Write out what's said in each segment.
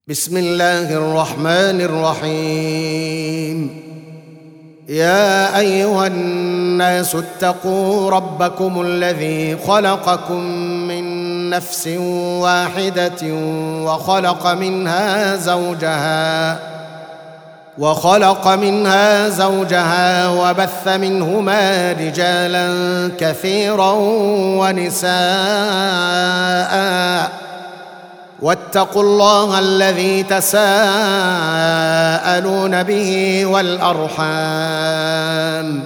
بسم الله الرحمن الرحيم. يا أيها الناس اتقوا ربكم الذي خلقكم من نفس واحدة وخلق منها زوجها وبث منهما رجالا كثيرا ونساء واتقوا الله الذي تساءلون به والأرحام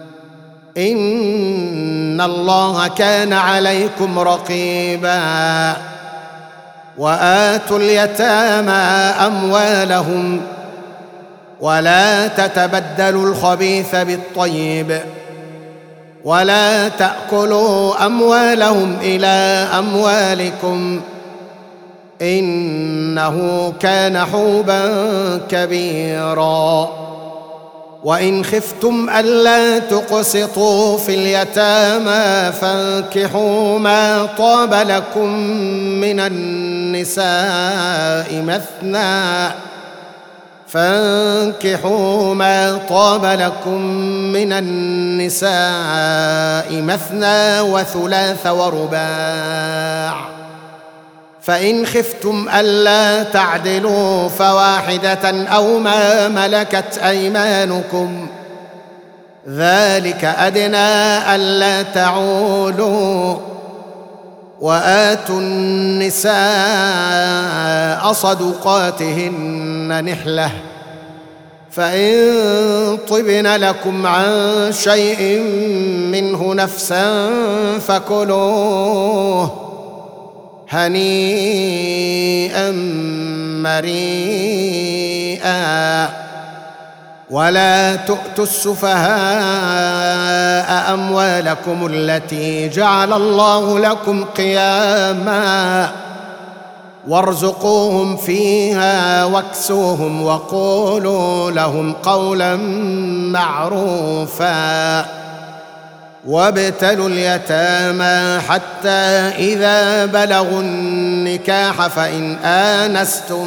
إن الله كان عليكم رقيبا. وآتوا اليتامى أموالهم ولا تتبدلوا الخبيث بالطيب ولا تأكلوا أموالهم إلى أموالكم إنه كان حوبا كبيرا. وإن خفتم ألا تقسطوا في اليتامى فانكحوا ما طاب لكم من النساء مثنى وثلاث ورباع. فإن خفتم ألا تعدلوا فواحدة أو ما ملكت أيمانكم ذلك أدنى ألا تعولوا. وآتوا النساء صدقاتهن نحلة فإن طبن لكم عن شيء منه نفسا فكلوه هنيئا مريئا. ولا تؤتوا السفهاء أموالكم التي جعل الله لكم قياما وارزقوهم فيها واكسوهم وقولوا لهم قولا معروفا. وابتلوا اليتامى حتى إذا بلغوا النكاح فإن آنستم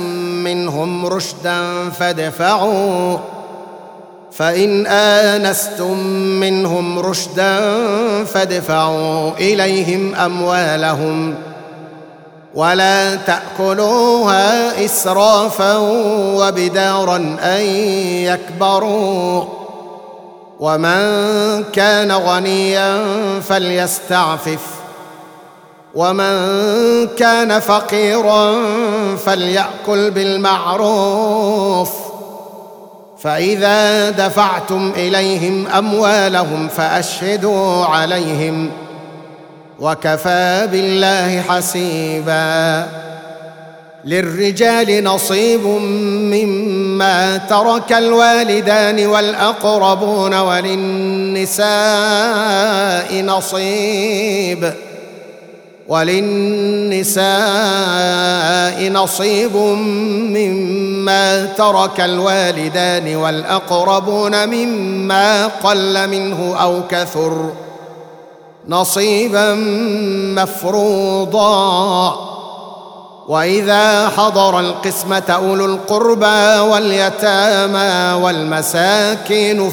منهم رشدا فادفعوا إليهم أموالهم ولا تأكلوها إسرافا وبدارا أن يكبروا. ومن كان غنيا فليستعفف ومن كان فقيرا فليأكل بالمعروف. فإذا دفعتم إليهم أموالهم فأشهدوا عليهم وكفى بالله حسيبا. للرجال نصيب مما ترك الوالدان والأقربون وللنساء نصيب مما ترك الوالدان والأقربون مما قل منه أو كثر نصيبا مفروضا. وإذا حضر القسمة أولو القربى واليتامى والمساكين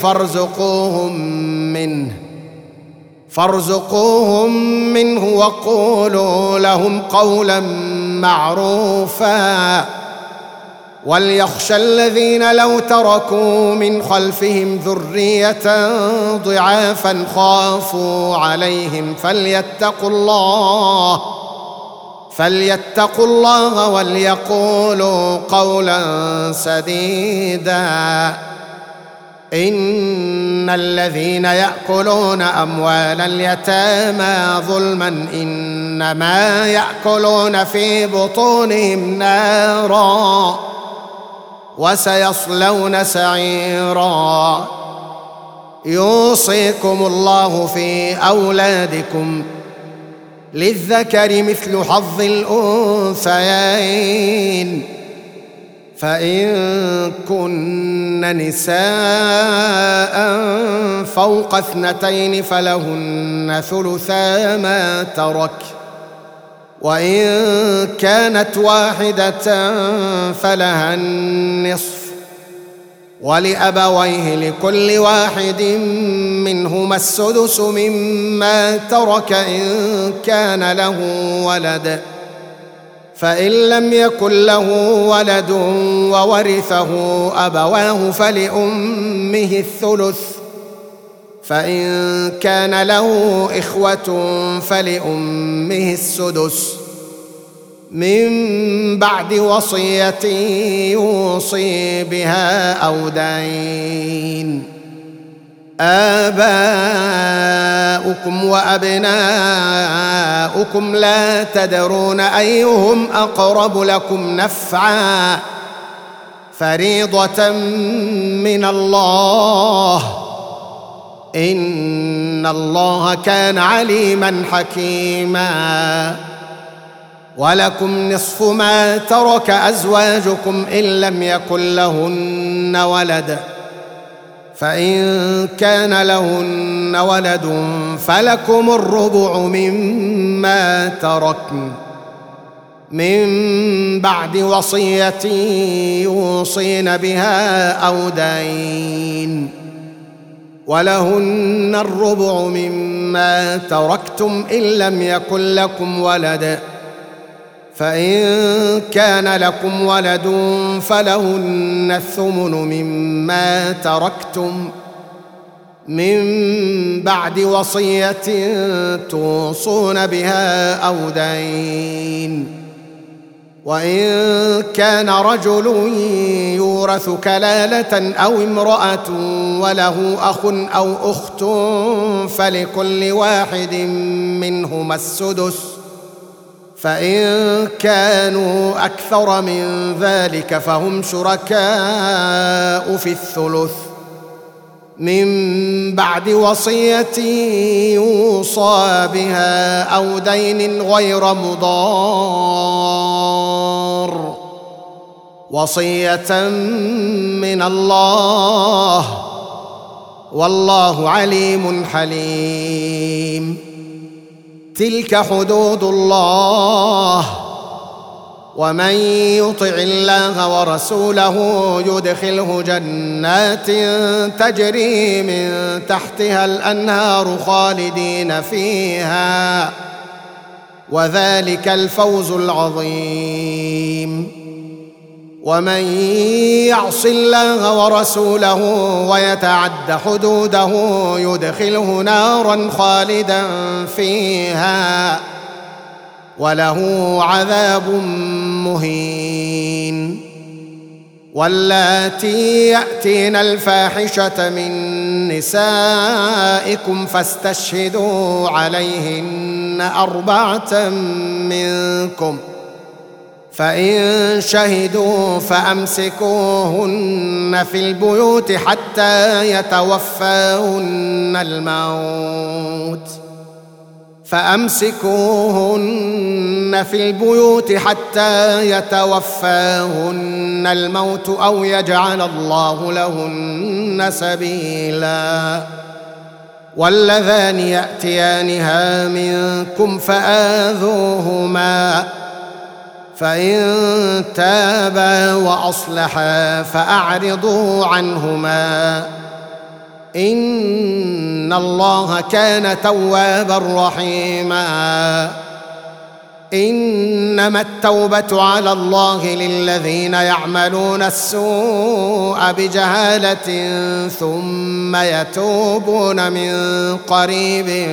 فارزقوهم منه وقولوا لهم قولا معروفا. وليخشى الذين لو تركوا من خلفهم ذرية ضعافا خافوا عليهم فليتقوا الله وليقولوا قولا سديدا. إن الذين يأكلون أموال اليتامى ظلما إنما يأكلون في بطونهم نارا وسيصلون سعيرا. يوصيكم الله في أولادكم للذكر مثل حظ الأنثيين فإن كن نساء فوق 2 فلهن ثلثا ما ترك وإن كانت واحدة فلها النصف، ولأبويه لكل واحد منهما السدس مما ترك إن كان له ولد، فإن لم يكن له ولد وورثه أبواه فلأمه الثلث، فإن كان له إخوة فلأمه السدس من بعد وصية يوصي بها أو دين. آباؤكم وأبناؤكم لا تدرون أيهم أقرب لكم نفعا، فريضة من الله، إن الله كان عليما حكيما. ولكم نصف ما ترك أزواجكم إن لم يكن لهن ولد، فإن كان لهن ولد فلكم الربع مما تركن من بعد وصية يوصين بها أو دين، ولهن الربع مما تركتم إن لم يكن لكم ولد، فإن كان لكم ولد فلهن الثمن مما تركتم من بعد وصية توصون بها أو دين. وإن كان رجل يورث كلالة أو امرأة وله أخ أو أخت فلكل واحد منهما السدس، فإن كانوا أكثر من ذلك فهم شركاء في الثلث من بعد وصية يوصى بها أو دين غير مضار، وصية من الله، والله عليم حليم. تلك حدود الله، ومن يطع الله ورسوله يدخله جنات تجري من تحتها الأنهار خالدين فيها، وذلك الفوز العظيم. ومن يعص الله ورسوله ويتعد حدوده يدخله نارا خالدا فيها، وله عذاب مهين. واللاتي يأتين الفاحشة من نسائكم فاستشهدوا عليهن 4 منكم، فإن شهدوا فأمسكوهن في البيوت حتى يتوفاهن الموت أو يجعل الله لهن سبيلا. واللذان يأتيانها منكم فآذوهما، فإن تابا وأصلحا فأعرضوا عنهما، إن الله كان توابا رحيما. إنما التوبة على الله للذين يعملون السوء بجهالة ثم يتوبون من قريب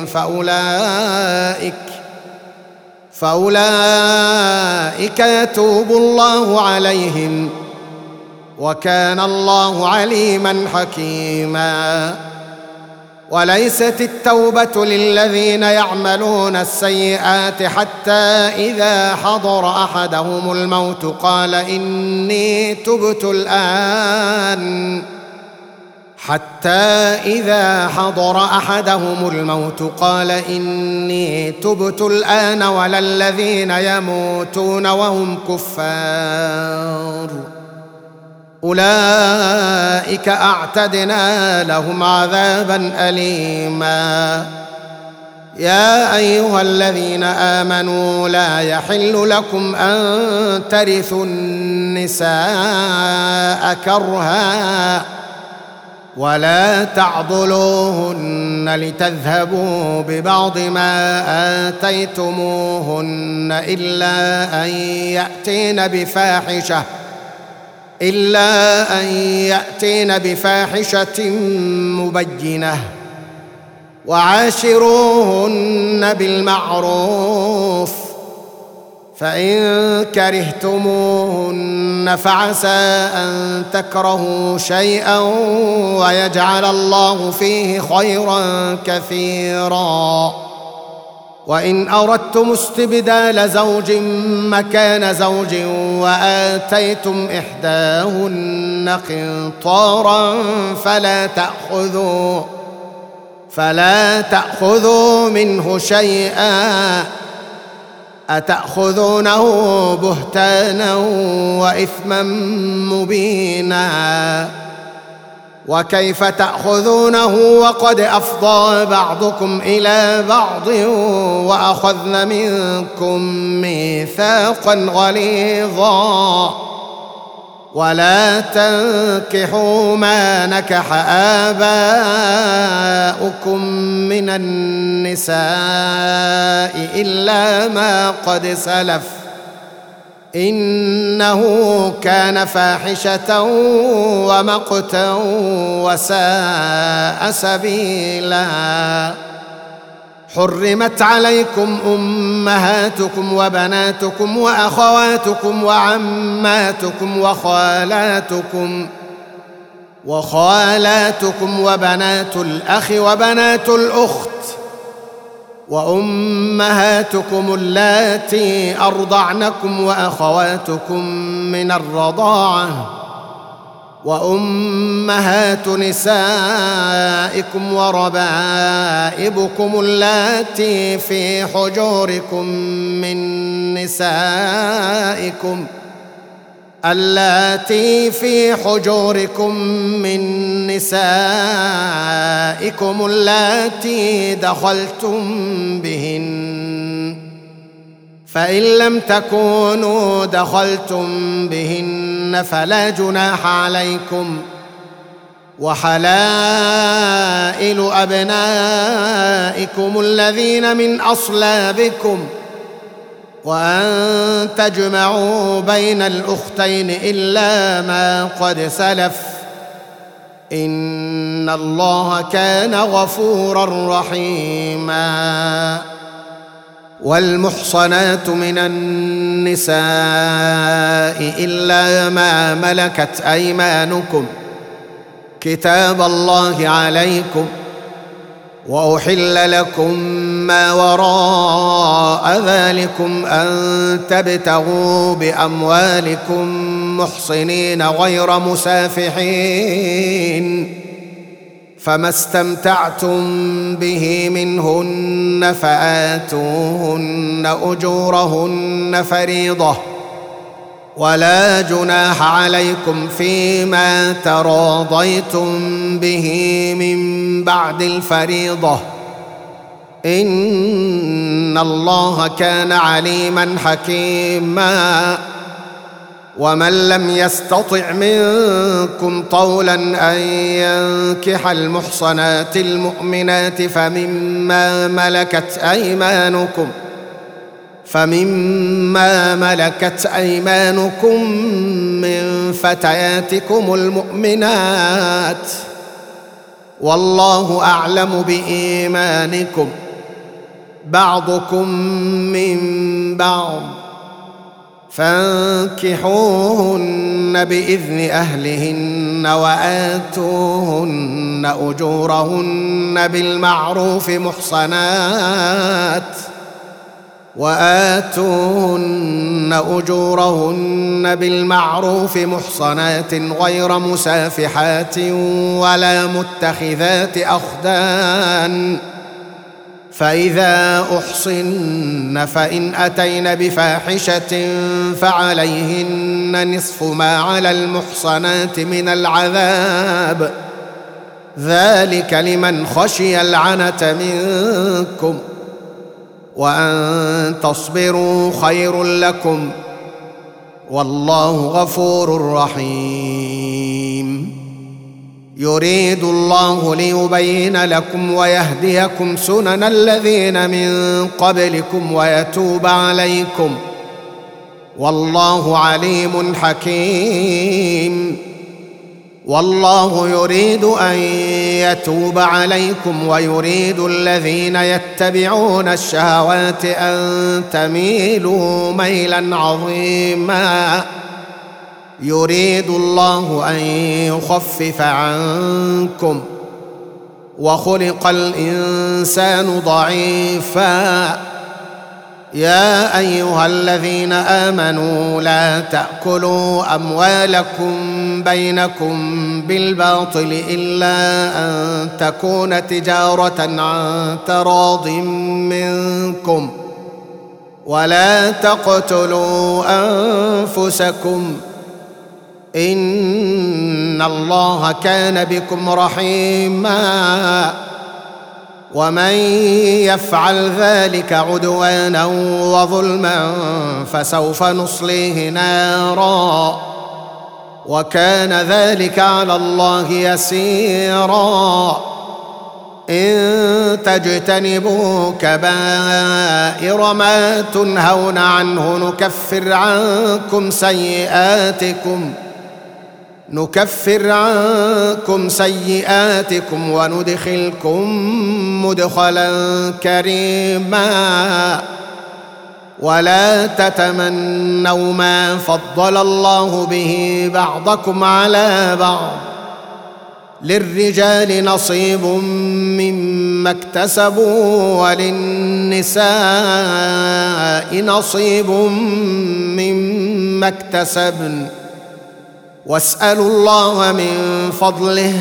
فأولئك يتوب الله عليهم، وكان الله عليما حكيما. وليست التوبة للذين يعملون السيئات حتى إذا حضر أحدهم الموت قال إني تبت الآن ولا الذين يموتون وهم كفار، أولئك أعتدنا لهم عذابا أليما. يا أيها الذين آمنوا لا يحل لكم أن ترثوا النساء كرها ولا تعضلوهن لتذهبوا ببعض ما آتيتموهن إلا أن يأتين بفاحشة مبينة وعاشروهن بالمعروف فإن كرهتموهن فعسى أن تكرهوا شيئا ويجعل الله فيه خيرا كثيرا وإن أردتم استبدال زوج مكان زوج وآتيتم إحداهن قنطارا فلا تأخذوا منه شيئا أتأخذونه بهتانا وإثما مبينا وكيف تأخذونه وقد أفضى بعضكم إلى بعض وأخذن منكم ميثاقا غليظا ولا تنكحوا ما نكح آباؤكم من النساء إلا ما قد سلف إنه كان فاحشة ومقتا وساء سبيلا حرمت عليكم أمهاتكم وبناتكم وأخواتكم وعماتكم وخالاتكم وبنات الأخ وبنات الأخت وأمهاتكم اللاتي أرضعنكم وأخواتكم من الرضاعة وأمهات نسائكم وربائبكم اللاتي في حجوركم من نسائكم اللاتي دخلتم بهن فإن لم تكونوا دخلتم بهن فلا جناح عليكم وحلائل أبنائكم الذين من أصلابكم وأن تجمعوا بين الأختين إلا ما قد سلف إن الله كان غفورا رحيما والمحصنات من النساء إلا ما ملكت أيمانكم كتاب الله عليكم وأحل لكم ما وراء ذلكم أن تبتغوا بأموالكم محصنين غير مسافحين فما استمتعتم به منهن فآتوهن أجورهن فريضة ولا جناح عليكم فيما تراضيتم به من بعد الفريضة إن الله كان عليما حكيما ومن لم يستطع منكم طولا أن ينكح المحصنات المؤمنات فمما ملكت أيمانكم من فتياتكم المؤمنات والله أعلم بإيمانكم بعضكم من بعض فانكحوهن بإذن أهلهن وآتوهن أجورهن بالمعروف محصنات غير مسافحات ولا متخذات أخدان فإذا أحصن فإن أتين بفاحشة فعليهن نصف ما على المحصنات من العذاب ذلك لمن خشي العنة منكم وأن تصبروا خير لكم والله غفور رحيم. يريد الله ليبين لكم ويهديكم سنن الذين من قبلكم ويتوب عليكم والله عليم حكيم. والله يريد أن يتوب عليكم ويريد الذين يتبعون الشهوات أن تميلوا ميلا عظيما. يريد الله أن يخفف عنكم وخلق الإنسان ضعيفا. يا أيها الذين آمنوا لا تأكلوا أموالكم بينكم بالباطل إلا أن تكون تجارة عن تراض منكم ولا تقتلوا أنفسكم إن الله كان بكم رحيما. ومن يفعل ذلك عدوانا وظلما فسوف نصليه نارا وكان ذلك على الله يسيرا. إن تجتنبوا كبائر ما تنهون عنه نكفر عنكم سيئاتكم وندخلكم مدخلا كريما. ولا تتمنوا ما فضل الله به بعضكم على بعض للرجال نصيب مما اكتسبوا وللنساء نصيب مما اكتسبن واسألوا الله من فضله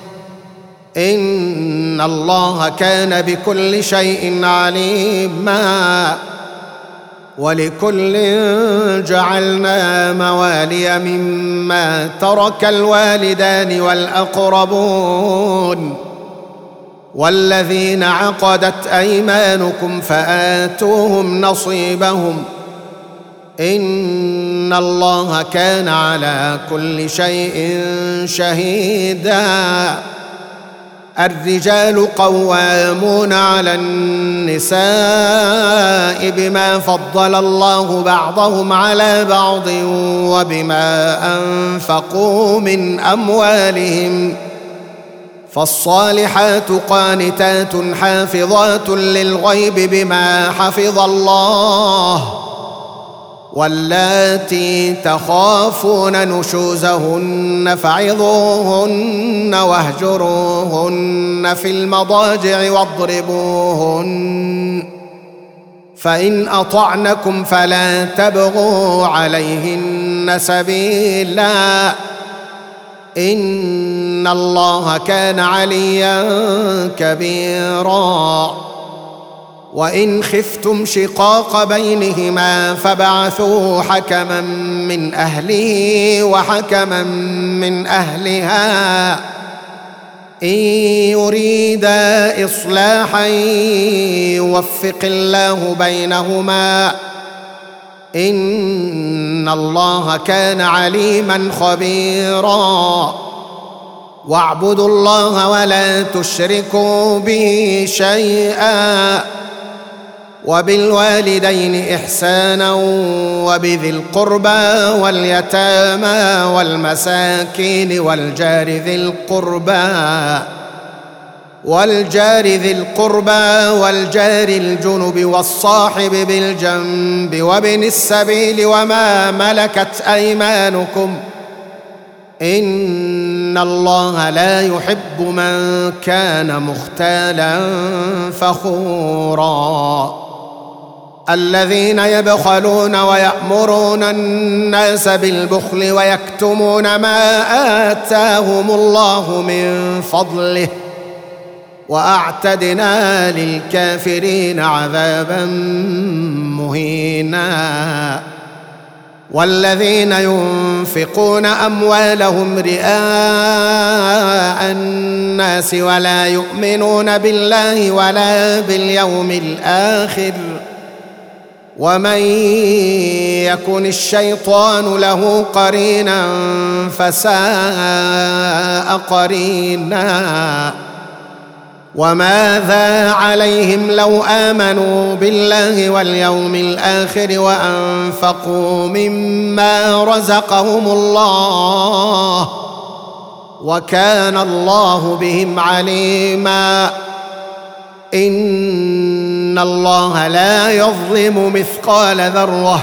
إن الله كان بكل شيء عليما. ولكل جعلنا موالي مما ترك الوالدان والأقربون والذين عقدت أيمانكم فآتوهم نصيبهم إن الله كان على كل شيء شهيدا. الرجال قوامون على النساء بما فضل الله بعضهم على بعض وبما أنفقوا من أموالهم. فالصالحات قانتات حافظات للغيب بما حفظ الله واللاتي تخافون نشوزهن فعظوهن واهجروهن في المضاجع واضربوهن فإن أطعنكم فلا تبغوا عليهن سبيلا إن الله كان عليا كبيرا. وإن خفتم شقاق بينهما فبعثوا حكما من أهله وحكما من أهلها إن يريدا إصلاحا يوفق الله بينهما إن الله كان عليما خبيرا. واعبدوا الله ولا تشركوا به شيئا وبالوالدين إحسانا وبذي القربى واليتامى والمساكين والجار ذي القربى والجار الجنب والصاحب بالجنب وابن السبيل وما ملكت أيمانكم إن الله لا يحب من كان مختالا فخورا. الذين يبخلون ويأمرون الناس بالبخل ويكتمون ما آتاهم الله من فضله وأعتدنا للكافرين عذابا مهينا. والذين ينفقون أموالهم رئاء الناس ولا يؤمنون بالله ولا باليوم الآخر ومن يكن الشيطان له قرينا فساء قرينا. وماذا عليهم لو آمنوا بالله واليوم الآخر وأنفقوا مما رزقهم الله وكان الله بهم عليما. إن الله لا يظلم مثقال ذرة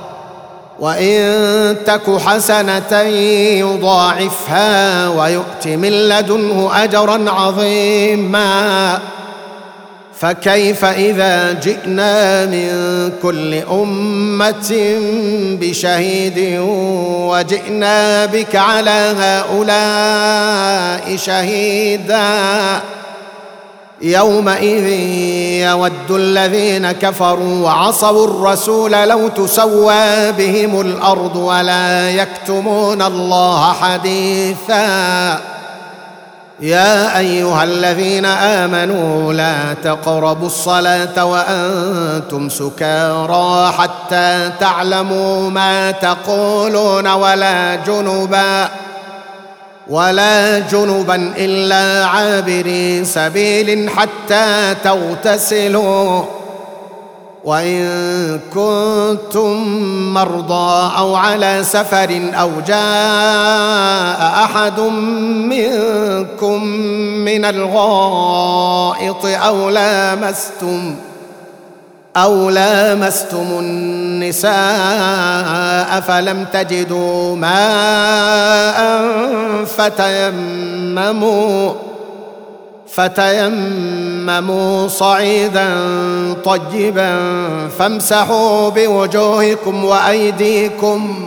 وإن تك حسنة يضاعفها ويؤت من لدنه أجرا عظيما. فكيف إذا جئنا من كل أمة بشهيد وجئنا بك على هؤلاء شهيدا. يومئذ يود الذين كفروا وعصوا الرسول لو تسوى بهم الأرض ولا يكتمون الله حديثا. يا أيها الذين آمنوا لا تقربوا الصلاة وأنتم سكارى حتى تعلموا ما تقولون ولا جنبا إلا عابري سبيل حتى تغتسلوا. وإن كنتم مرضى أو على سفر أو جاء أحد منكم من الغائط أو لامستم النساء فلم تجدوا ماء فتيمموا صعيدا طيبا فامسحوا بوجوهكم وأيديكم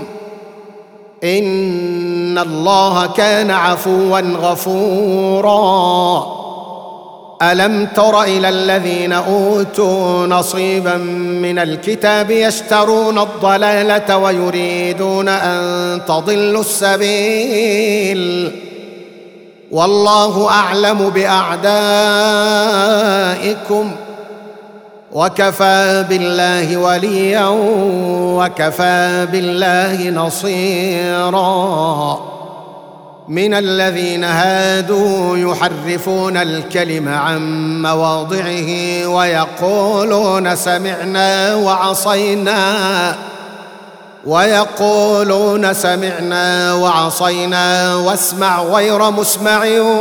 إن الله كان عفوا غفورا. ألم تر إلى الذين أوتوا نصيبا من الكتاب يشترون الضلالة ويريدون أن تضلوا السبيل والله أعلم بأعدائكم وكفى بالله وليا وكفى بالله نصيرا. من الذين هادوا يحرفون الكلم عن مواضعه ويقولون سمعنا وعصينا واسمع غير مسمع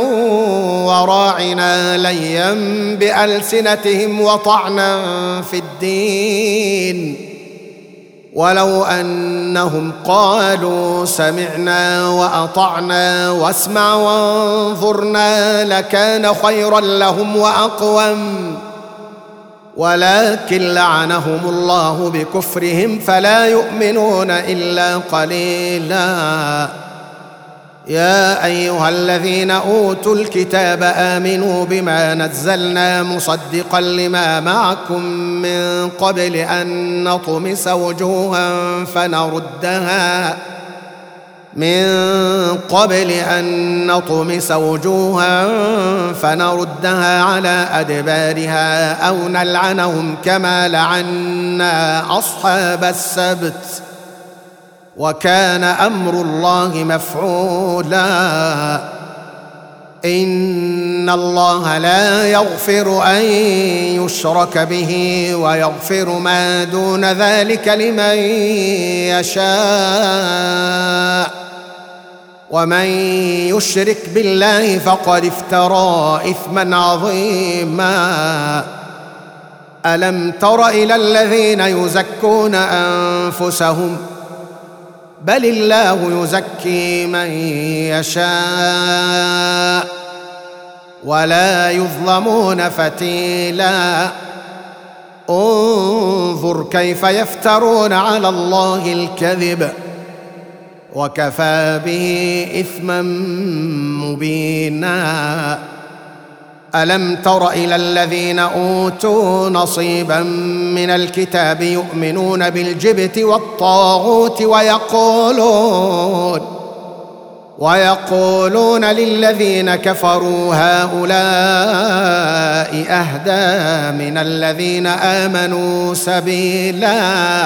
وراعنا ليا بألسنتهم وطعنا في الدين. ولو أنهم قالوا سمعنا وأطعنا واسمع وانظرنا لكان خيرا لهم وأقوم ولكن لعنهم الله بكفرهم فلا يؤمنون إلا قليلا. يا أيها الذين أوتوا الكتاب آمنوا بما نزلنا مصدقا لما معكم من قبل أن نطمس وجوها فنردها على أدبارها أو نلعنهم كما لعنا أصحاب السبت وكان أمر الله مفعولا. إن الله لا يغفر أن يشرك به ويغفر ما دون ذلك لمن يشاء ومن يشرك بالله فقد افترى إثما عظيما. ألم تر إلى الذين يزكون أنفسهم بل الله يزكي من يشاء ولا يظلمون فتيلا. انظر كيف يفترون على الله الكذب وكفى به إثما مبينا. ألم تر إلى الذين أوتوا نصيبا من الكتاب يؤمنون بالجبت والطاغوت ويقولون للذين كفروا هؤلاء أهدى من الذين آمنوا سبيلا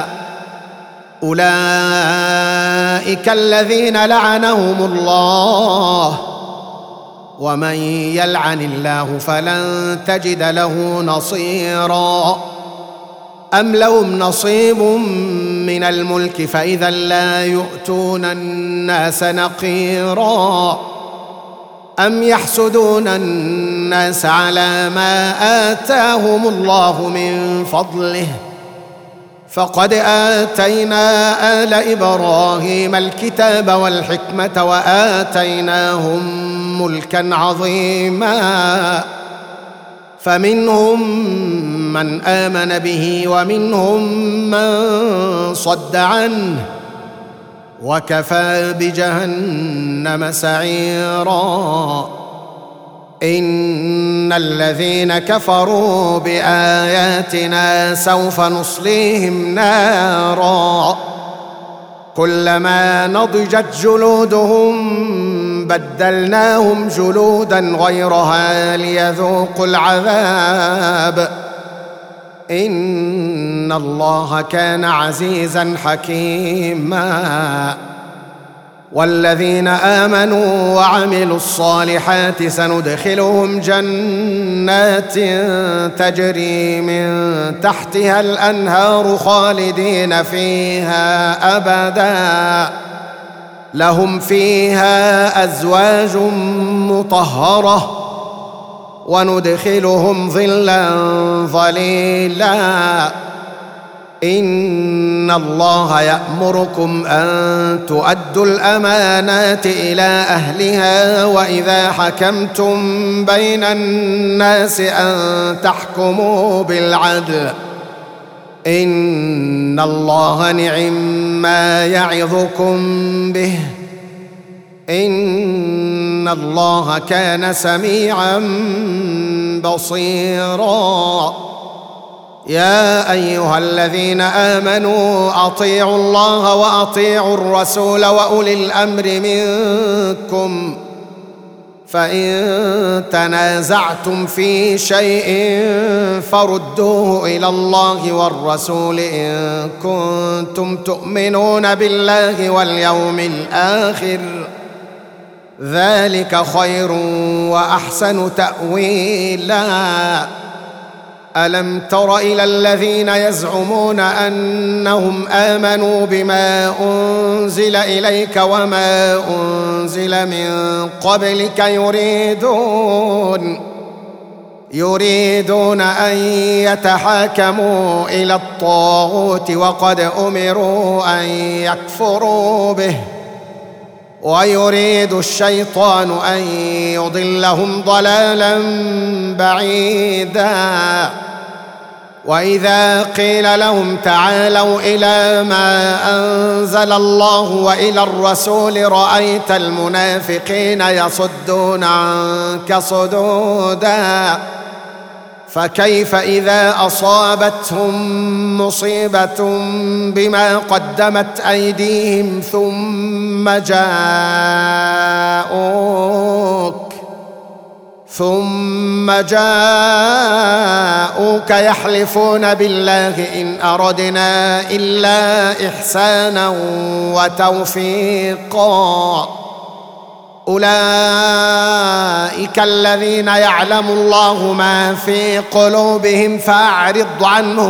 أولئك الذين لعنهم الله ومن يلعن الله فلن تجد له نصيرا أم لهم نصيب من الملك فإذا لا يؤتون الناس نقيرا أم يحسدون الناس على ما آتاهم الله من فضله فقد آتينا آل إبراهيم الكتاب والحكمة وآتيناهم ملكا عظيما فمنهم من آمن به ومنهم من صد عنه وكفى بجهنم سعيرا إن الذين كفروا بآياتنا سوف نصليهم نارا كلما نضجت جلودهم بدلناهم جلودا غيرها ليذوقوا العذاب إن الله كان عزيزا حكيما والذين آمنوا وعملوا الصالحات سندخلهم جنات تجري من تحتها الأنهار خالدين فيها أبدا لهم فيها أزواج مطهرة وندخلهم ظلا ظليلا إن الله يأمركم أن تؤدوا الأمانات إلى أهلها وإذا حكمتم بين الناس أن تحكموا بالعدل إن الله نعم ما يعظكم به إن الله كان سميعا بصيرا يا أيها الذين آمنوا أطيعوا الله وأطيعوا الرسول وأولي الأمر منكم فإن تنازعتم في شيء فردوه إلى الله والرسول إن كنتم تؤمنون بالله واليوم الآخر ذلك خير وأحسن تأويلا ألم تر إلى الذين يزعمون أنهم آمنوا بما أنزل إليك وما أنزل من قبلك يريدون أن يتحاكموا إلى الطاغوت وقد أمروا أن يكفروا به ويريد الشيطان أن يضلهم ضلالا بعيدا وإذا قيل لهم تعالوا إلى ما أنزل الله وإلى الرسول رأيت المنافقين يصدون عنك صدودا فكيف إذا أصابتهم مصيبة بما قدمت أيديهم ثم جاءوك يحلفون بالله إن أردنا إلا إحسانا وتوفيقا أولئك الذين يعلم الله ما في قلوبهم فأعرض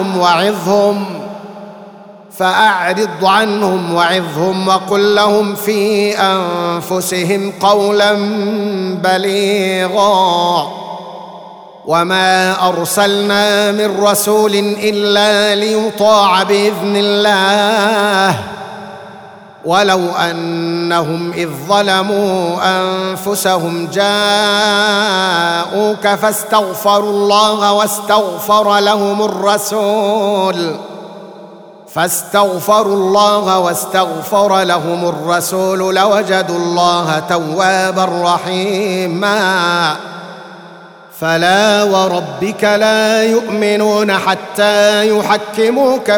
عنهم وعظهم وقل لهم في أنفسهم قولا بليغا وما أرسلنا من رسول إلا ليطاع بإذن الله ولو أنهم إذ ظلموا أنفسهم جاءوك فاستغفروا الله واستغفر لهم الرسول لوجدوا الله توابا رحيما فلا وربك لا يؤمنون حتى يحكموك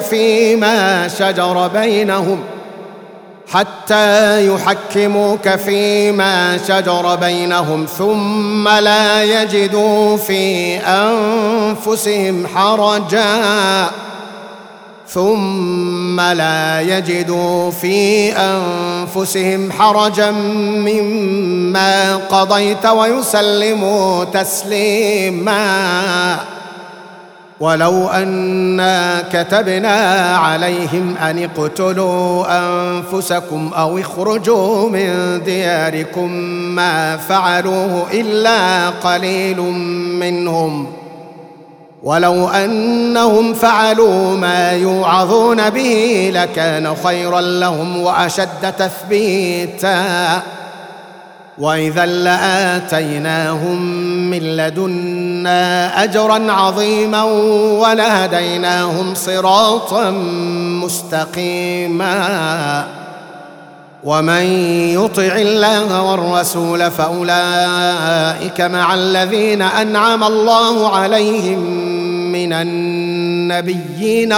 فيما شجر بينهم ثم لا يجدوا في أنفسهم حرجا مما قضيت ويسلموا تسليما. ولو أنا كتبنا عليهم أن اقتلوا أنفسكم أو اخرجوا من دياركم ما فعلوه إلا قليل منهم، ولو أنهم فعلوا ما يوعظون به لكان خيرا لهم وأشد تثبيتا، وإذا لآتيناهم من لدنا أجرا عظيما ولهديناهم صراطا مستقيما. ومن يطع الله والرسول فأولئك مع الذين أنعم الله عليهم من النبيين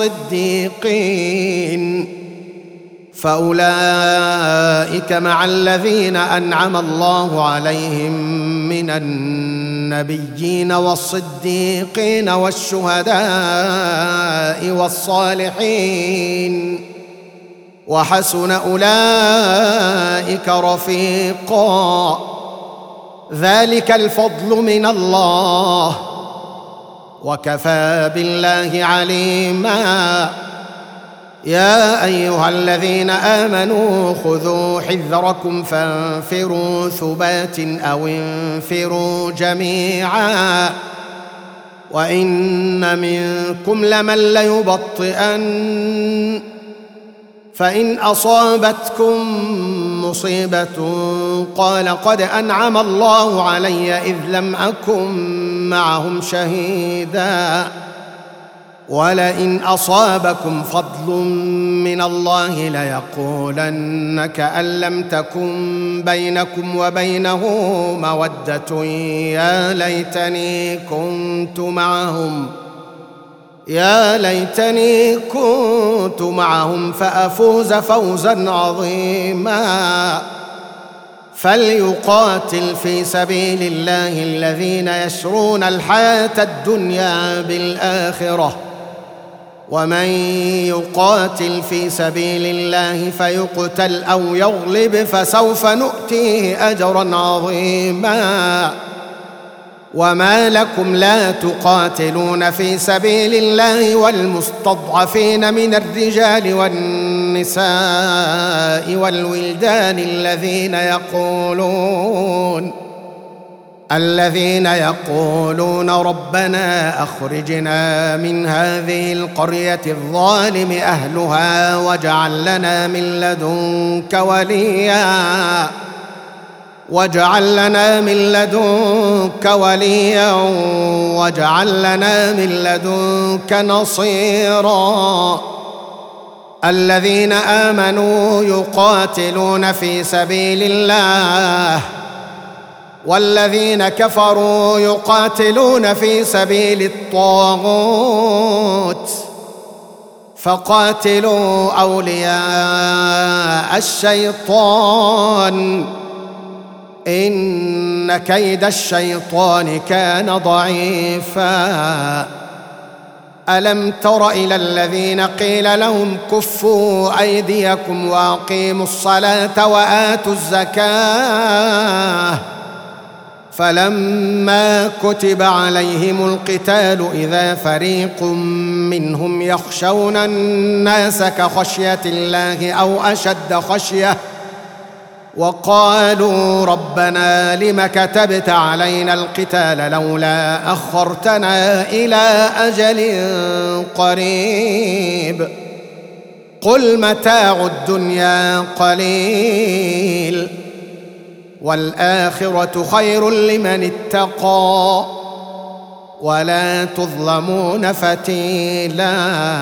والصديقين والشهداء والصالحين، وحسن أولئك رفيقا. ذلك الفضل من الله، وكفى بالله عليما. يا أيها الذين آمنوا خذوا حذركم فانفروا ثبات أو انفروا جميعا، وإن منكم لمن ليبطئن، فإن أصابتكم مصيبة قال قد أنعم الله علي إذ لم أكن معهم شهيدا، ولئن أصابكم فضل من الله ليقولن كأن لم تكن بينكم وبينه مودة يا ليتني كنت معهم فأفوز فوزا عظيما. فليقاتل في سبيل الله الذين يشرون الحياة الدنيا بالآخرة، ومن يقاتل في سبيل الله فيقتل أو يغلب فسوف نؤتيه أجرا عظيما. وما لكم لا تقاتلون في سبيل الله والمستضعفين من الرجال والنساء والولدان الذين يقولون ربنا أخرجنا من هذه القرية الظالم أهلها واجعل لنا من لدنك وليا واجعل لنا من لدنك نصيرا. الذين آمنوا يقاتلون في سبيل الله، والذين كفروا يقاتلون في سبيل الطاغوت، فقاتلوا أولياء الشيطان إن كيد الشيطان كان ضعيفا. ألم تر إلى الذين قيل لهم كفوا أيديكم وأقيموا الصلاة وآتوا الزكاة فلما كتب عليهم القتال إذا فريق منهم يخشون الناس كخشية الله أو أشد خشية وقالوا ربنا لم كتبت علينا القتال لولا أخرتنا إلى أجل قريب قل متاع الدنيا قليل والآخرة خير لمن اتقى ولا تظلمون فتيلا.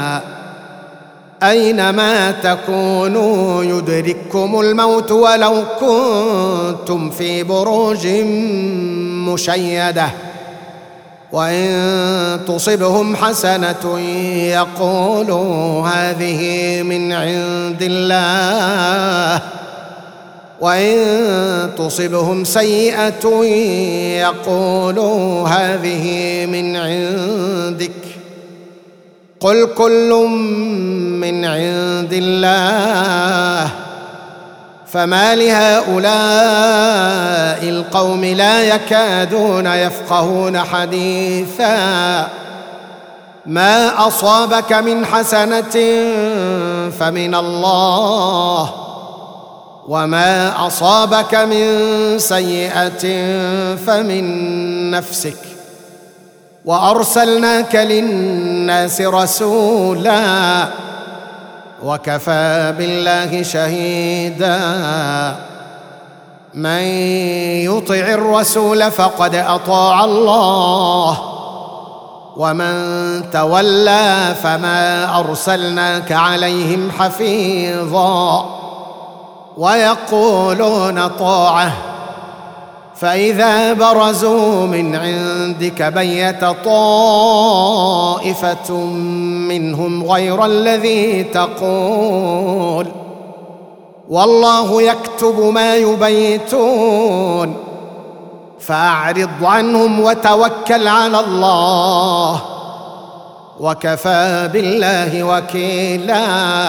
أينما تكونوا يدرككم الموت ولو كنتم في بروج مشيدة وإن تصبهم حسنة يقولوا هذه من عند الله، وإن تصبهم سيئة يقولوا هذه من عندك. قل كل من عند الله، فما لهؤلاء القوم لا يكادون يفقهون حديثا. ما أصابك من حسنة فمن الله، وما أصابك من سيئة فمن نفسك، وأرسلناك للناس رسولا وكفى بالله شهيدا. من يطع الرسول فقد أطاع الله، ومن تولى فما أرسلناك عليهم حفيظا. ويقولون طاعة، فإذا برزوا من عندك بيت طائفة منهم غير الذي تقول، والله يكتب ما يبيتون. فأعرض عنهم وتوكل على الله، وكفى بالله وكيلا.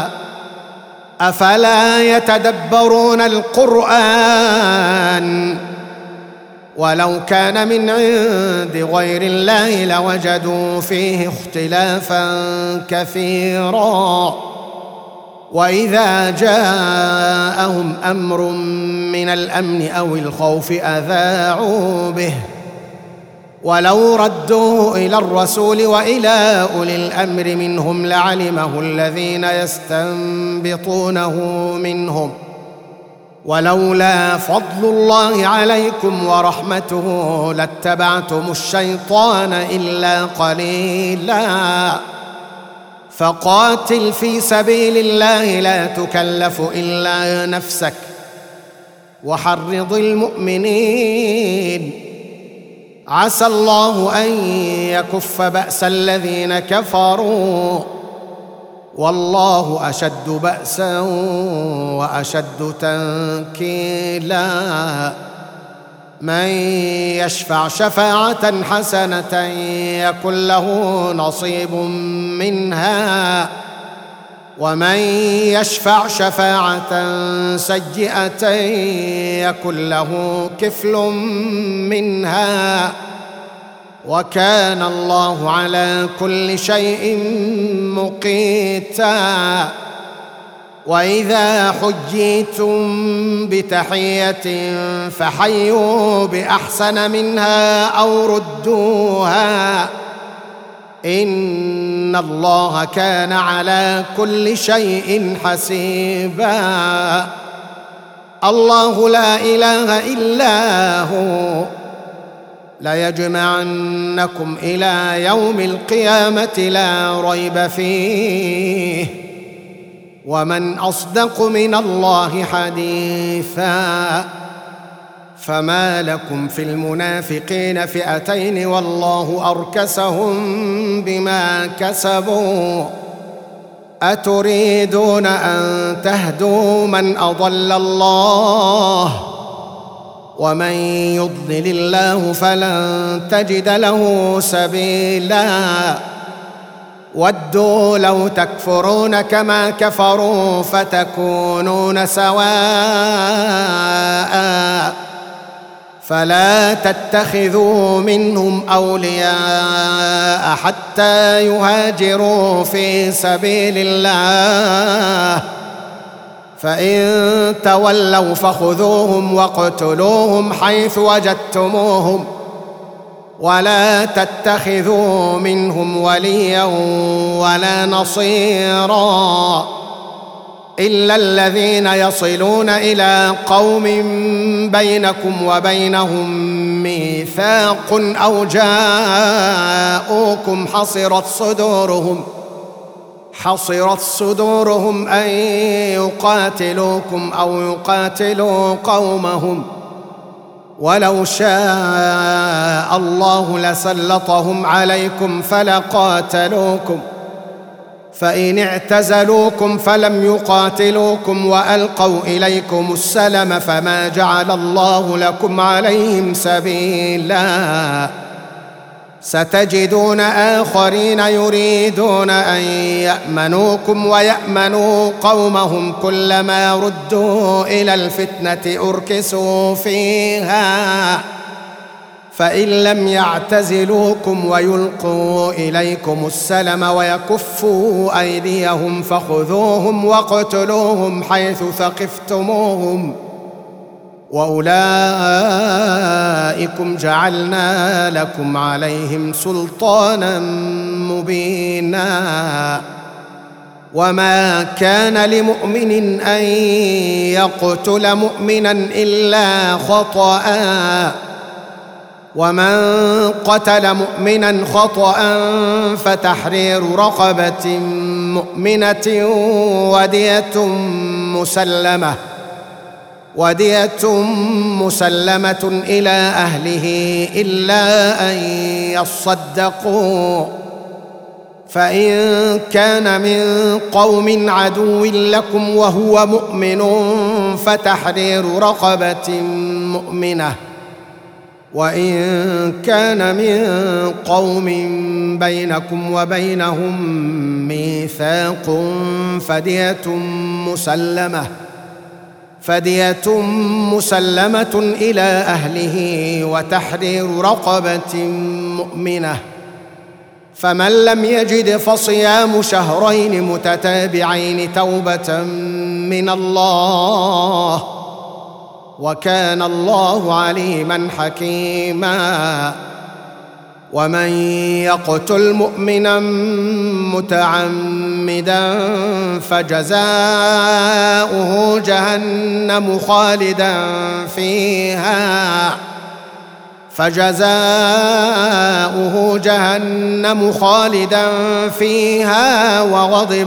أفلا يتدبرون القرآن؟ ولو كان من عند غير الله لوجدوا فيه اختلافا كثيرا. وإذا جاءهم أمر من الأمن أو الخوف أذاعوا به، ولو ردوه إلى الرسول وإلى أولي الأمر منهم لعلمه الذين يستنبطونه منهم. ولولا فضل الله عليكم ورحمته لاتبعتم الشيطان إلا قليلا. فقاتل في سبيل الله لا تكلف إلا نفسك، وحرض المؤمنين. عسى الله أن يكف بأس الذين كفروا، والله أشد بأسا وأشد تنكيلا. من يشفع شفاعة حسنة يكن له نصيب منها، ومن يشفع شفاعة سيئة يكن له كفل منها، وكان الله على كل شيء مقيتا. وإذا حييتم بتحية فحيوا بأحسن منها أو ردوها، إن الله كان على كل شيء حسيبا. الله لا إله إلا هو ليجمعنكم إلى يوم القيامة لا ريب فيه، ومن أصدق من الله حديثا. فما لكم في المنافقين فئتين والله أركسهم بما كسبوا، أتريدون أن تهدوا من أضل الله، ومن يضلل الله فلن تجد له سبيلا. ودوا لو تكفرون كما كفروا فتكونون سواء، فلا تتخذوا منهم أولياء حتى يهاجروا في سبيل الله، فإن تولوا فخذوهم واقتلوهم حيث وجدتموهم، ولا تتخذوا منهم وليا ولا نصيرا إلا الذين يصلون إلى قوم بينكم وبينهم ميثاق أو جاءوكم حصرت صدورهم أن يقاتلوكم أو يقاتلوا قومهم، ولو شاء الله لسلطهم عليكم فلقاتلوكم، فإن اعتزلوكم فلم يقاتلوكم وألقوا إليكم السلم فما جعل الله لكم عليهم سبيلا. ستجدون آخرين يريدون أن يأمنوكم ويأمنوا قومهم، كلما ردوا إلى الفتنة أركسوا فيها، فإن لم يعتزلوكم ويلقوا إليكم السلم ويكفوا أيديهم فخذوهم واقتلوهم حيث ثقفتموهم، وأولئكم جعلنا لكم عليهم سلطانا مبينا. وما كان لمؤمن أن يقتل مؤمنا إلا خطأ، ومن قتل مؤمنا خطأ فتحرير رقبة مؤمنة ودية مسلمة إلى أهله إلا أن يصدقوا، فإن كان من قوم عدو لكم وهو مؤمن فتحرير رقبة مؤمنة، وإن كان من قوم بينكم وبينهم ميثاق فدية مسلمة إلى أهله وتحرير رقبة مؤمنة، فمن لم يجد فصيام شهرين متتابعين توبة من الله، وكان الله عليما حكيما. ومن يقتل مؤمنا متعمدا فجزاؤه جهنم خالدا فيها وغضب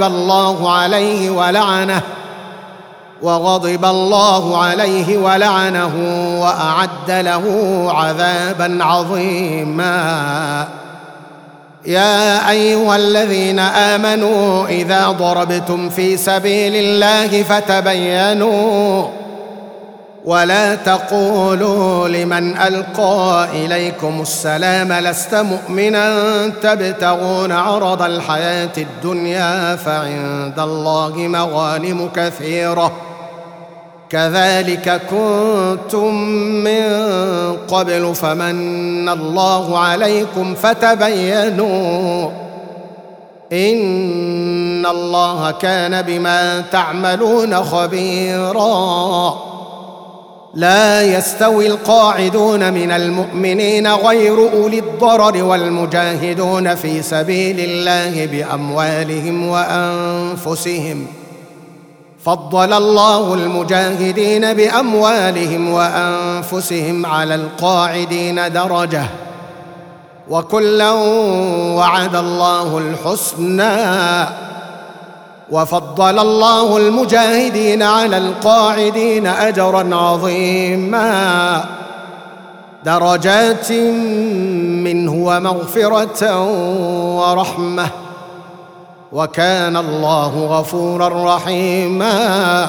الله عليه ولعنه وأعد له عذابا عظيما. يا أيها الذين آمنوا إذا ضربتم في سبيل الله فتبينوا ولا تقولوا لمن ألقى إليكم السلام لست مؤمنا تبتغون عرض الحياة الدنيا فعند الله مغانم كثيرة كذلك كنتم من قبل فمن الله عليكم فتبينوا إن الله كان بما تعملون خبيرا. لا يستوي القاعدون من المؤمنين غير أولي الضرر والمجاهدون في سبيل الله بأموالهم وأنفسهم، فضل الله المجاهدين بأموالهم وأنفسهم على القاعدين درجة، وكلا وعد الله الحسنى، وفضل الله المجاهدين على القاعدين أجرا عظيما، درجات منه ومغفرة ورحمة، وكان الله غفورا رحيما.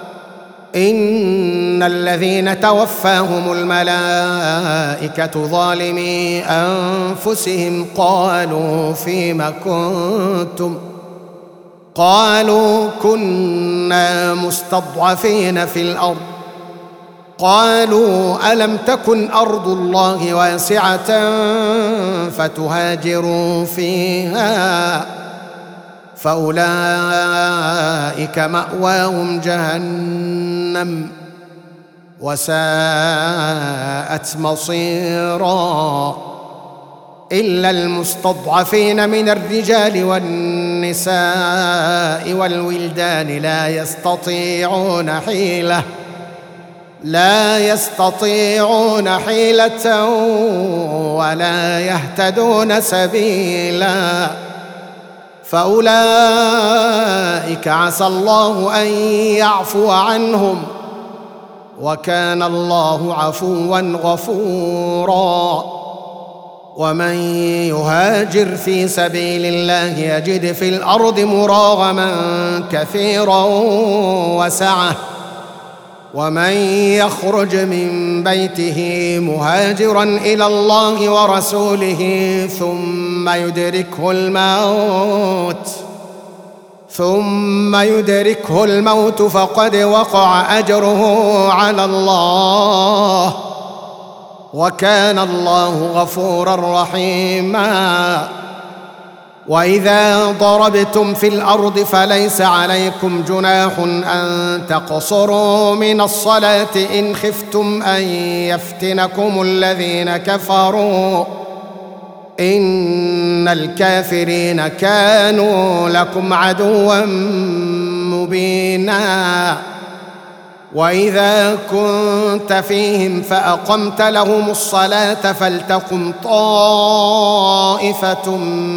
إن الذين توفاهم الملائكة ظالمي أنفسهم قالوا فيم كنتم قالوا كنا مستضعفين في الأرض قالوا ألم تكن أرض الله واسعة فتهاجروا فيها فأولئك مأواهم جهنم وساءت مصيرا إلا المستضعفين من الرجال والنساء والولدان لا يستطيعون حيلة ولا يهتدون سبيلا فأولئك عسى الله أن يعفو عنهم وكان الله عفوا غفورا. ومن يهاجر في سبيل الله يجد في الأرض مراغما كثيرا وسعة، ومن يخرج من بيته مهاجرا إلى الله ورسوله ثم يدركه الموت فقد وقع أجره على الله، وكان الله غفورا رحيما. وإذا ضربتم في الأرض فليس عليكم جناح أن تقصروا من الصلاة إن خفتم أن يفتنكم الذين كفروا، إن الكافرين كانوا لكم عدوا مبينا. وإذا كنت فيهم فأقمت لهم الصلاة فلتقم طائفة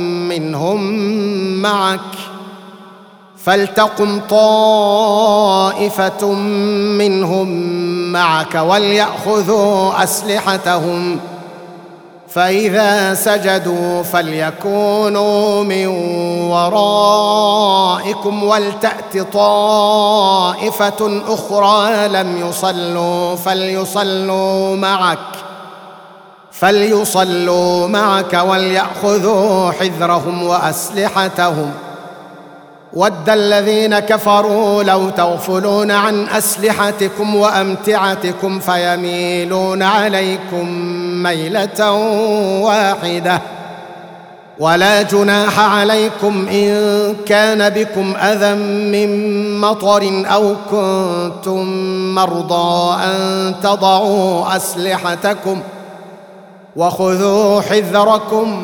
منهم معك وليأخذوا أسلحتهم، فإذا سجدوا فليكونوا من ورائكم ولتأت طائفة أخرى لم يصلوا فليصلوا معك وليأخذوا حذرهم وأسلحتهم. ود الذين كفروا لو تغفلون عن أسلحتكم وأمتعتكم فيميلون عليكم ميلة واحدة. ولا جناح عليكم إن كان بكم أذى من مطر أو كنتم مرضى أن تضعوا أسلحتكم وخذوا حذركم،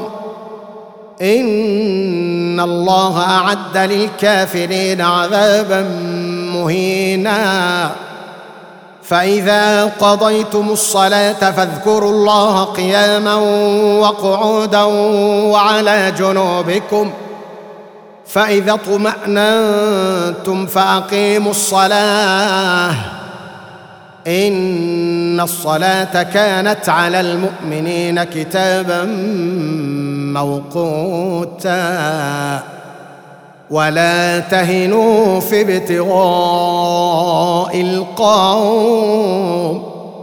إن الله أعد للكافرين عذابا مهينا. فإذا قضيتم الصلاة فاذكروا الله قياما وقعودا وعلى جنوبكم، فإذا اطمأننتم فأقيموا الصلاة، إن الصلاة كانت على المؤمنين كتابا موقوتا. ولا تهنوا في ابتغاء القوم،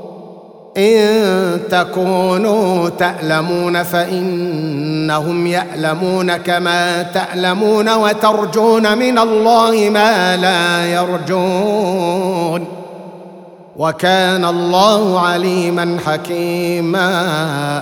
إن تكونوا تألمون فإنهم يألمون كما تألمون وترجون من الله ما لا يرجون، وكان الله عليما حكيما.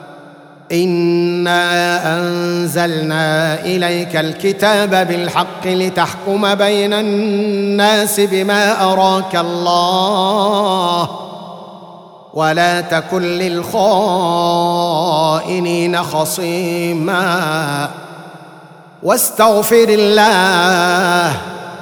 إنا أنزلنا إليك الكتاب بالحق لتحكم بين الناس بما أراك الله، ولا تكن للخائنين خصيما، واستغفر الله،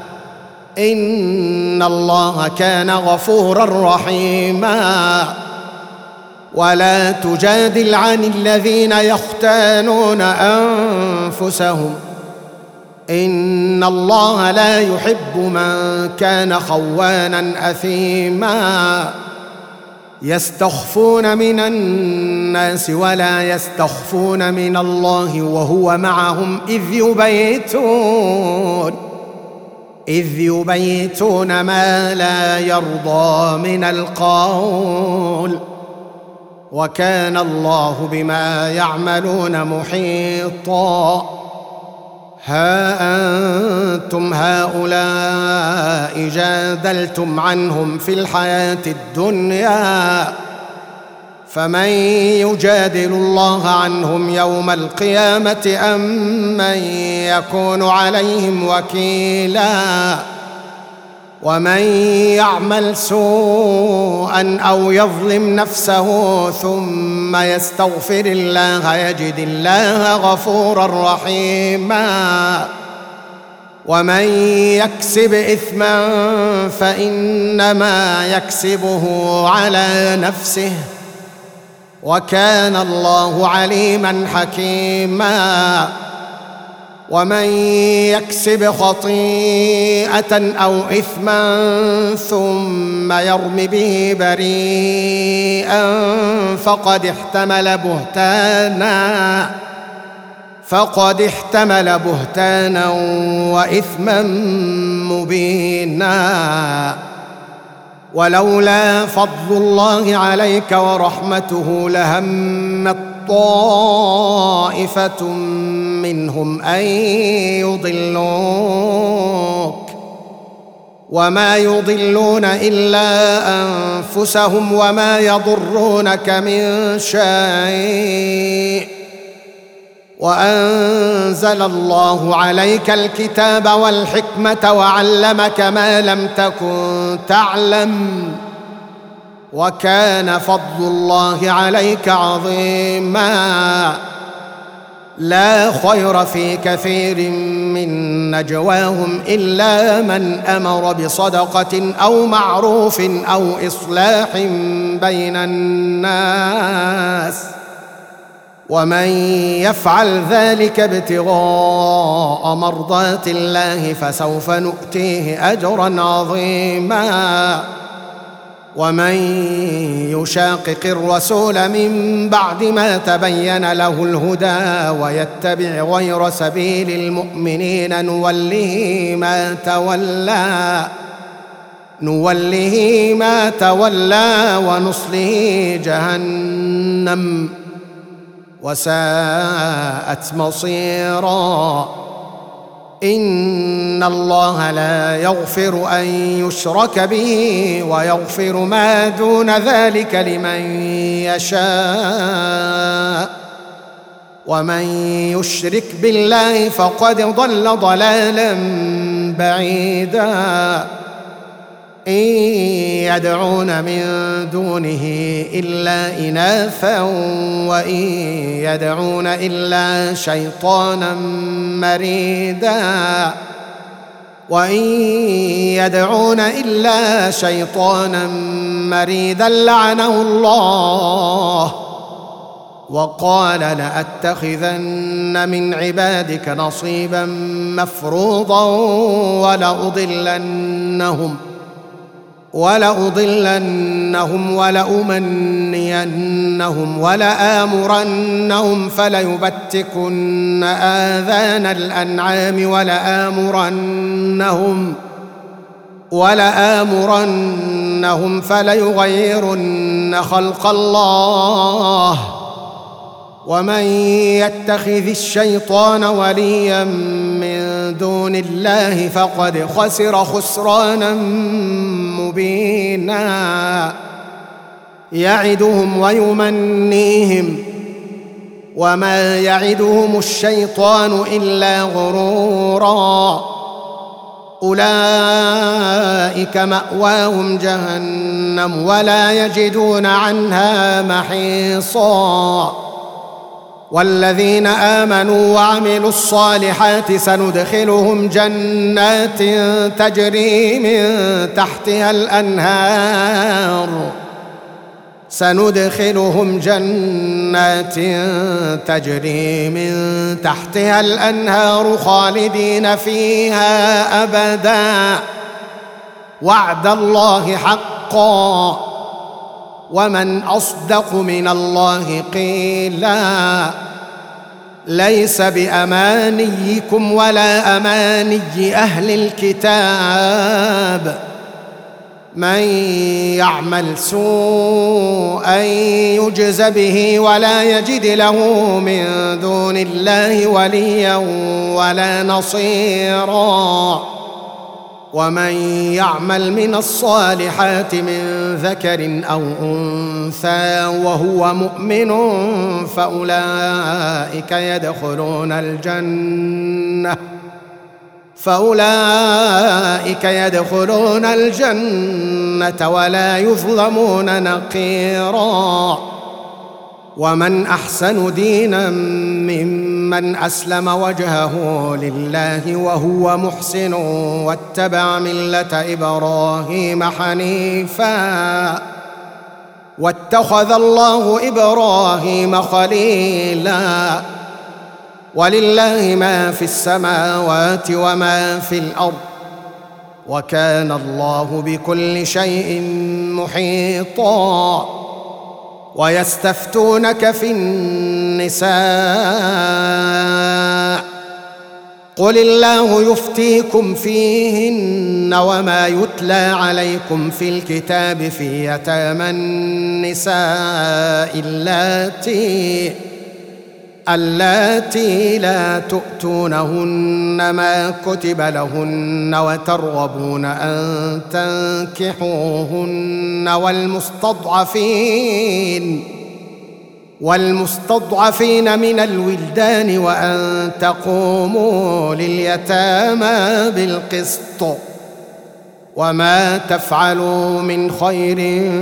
إن الله كان غفورا رحيما. ولا تجادل عن الذين يختانون أنفسهم، إن الله لا يحب من كان خوانا أثيما. يستخفون من الناس ولا يستخفون من الله وهو معهم إذ يبيتون ما لا يرضى من القول، وكان الله بما يعملون محيطا. ها أنتم هؤلاء جادلتم عنهم في الحياة الدنيا، فمن يجادل الله عنهم يوم القيامة أم من يكون عليهم وكيلا؟ ومن يعمل سوءا أو يظلم نفسه ثم يستغفر الله يجد الله غفورا رحيما. ومن يكسب إثما فإنما يكسبه على نفسه، وكان الله عليما حكيما. ومن يكسب خطيئة أو إثما ثم يرم به بريئا فقد احتمل بهتانا وإثما مبينا. ولولا فضل الله عليك ورحمته لهمت طائفة منهم أن يضلوك وما يضلون إلا أنفسهم وما يضرونك من شيء. وأنزل الله عليك الكتاب والحكمة وعلمك ما لم تكن تعلم وكان فضل الله عليك عظيما. لا خير في كثير من نجواهم إلا من أمر بصدقة أو معروف أو إصلاح بين الناس ومن يفعل ذلك ابتغاء مرضات الله فسوف نؤتيه أجرا عظيما. ومن يشاقق الرسول من بعد ما تبين له الهدى ويتبع غير سبيل المؤمنين نوله ما تولى ونصله جهنم وساءت مصيرا. إن الله لا يغفر أن يشرك به ويغفر ما دون ذلك لمن يشاء ومن يشرك بالله فقد ضل ضلالا بعيدا. إن يدعون من دونه إلا إناثا وإن يدعون إلا شيطانا مريدا لعنه الله وقال لأتخذن من عبادك نصيبا مفروضا ولأضلنهم ولأمنينهم ولآمرنهم فليبتكن آذان الأنعام ولآمرنهم فليغيرن خلق الله. ومن يتخذ الشيطان وليا من دون الله فقد خسر خسرانا مبينا. يعدهم ويمنيهم وما يعدهم الشيطان إلا غرورا. أولئك مأواهم جهنم ولا يجدون عنها محيصا. والذين آمنوا وعملوا الصالحات سندخلهم جنات تجري من تحتها الأنهار خالدين فيها أبدا وعد الله حقا ومن أصدق من الله قيلا. ليس بأمانيكم ولا أماني أهل الكتاب من يعمل سوءا يجز به ولا يجد له من دون الله وليا ولا نصيرا. ومن يعمل من الصالحات من ذكر أو أنثى وهو مؤمن فأولئك يدخلون الجنة ولا يظلمون نقيرا. ومن أحسن دينا ممن أسلم وجهه لله وهو محسن واتبع ملة إبراهيم حنيفا واتخذ الله إبراهيم خليلا. ولله ما في السماوات وما في الأرض وكان الله بكل شيء محيطا. ويستفتونك في النساء قل الله يفتيكم فيهن وما يتلى عليكم في الكتاب في يتامى النساء اللاتي لا تؤتونهن ما كتب لهن وترغبون أن تنكحوهن والمستضعفين من الولدان وأن تقوموا لليتامى بالقسط وما تفعلوا من خير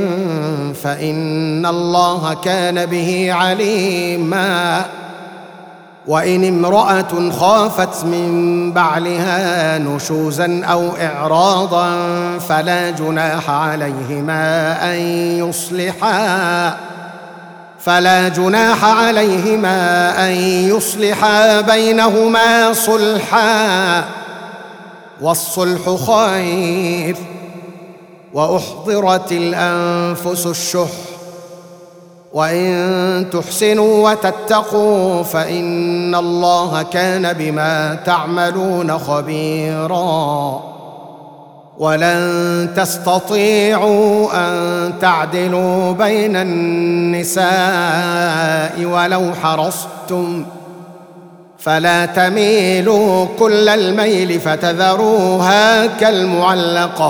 فإن الله كان به عليما. وإن امرأة خافت من بعلها نشوزا أو إعراضا فلا جناح عليهما أن يصلحا بينهما صلحا والصلح خير. وأحضرت الأنفس الشح وإن تحسنوا وتتقوا فإن الله كان بما تعملون خبيرا. ولن تستطيعوا أن تعدلوا بين النساء ولو حرصتم فلا تميلوا كل الميل فتذروها كالمعلقة.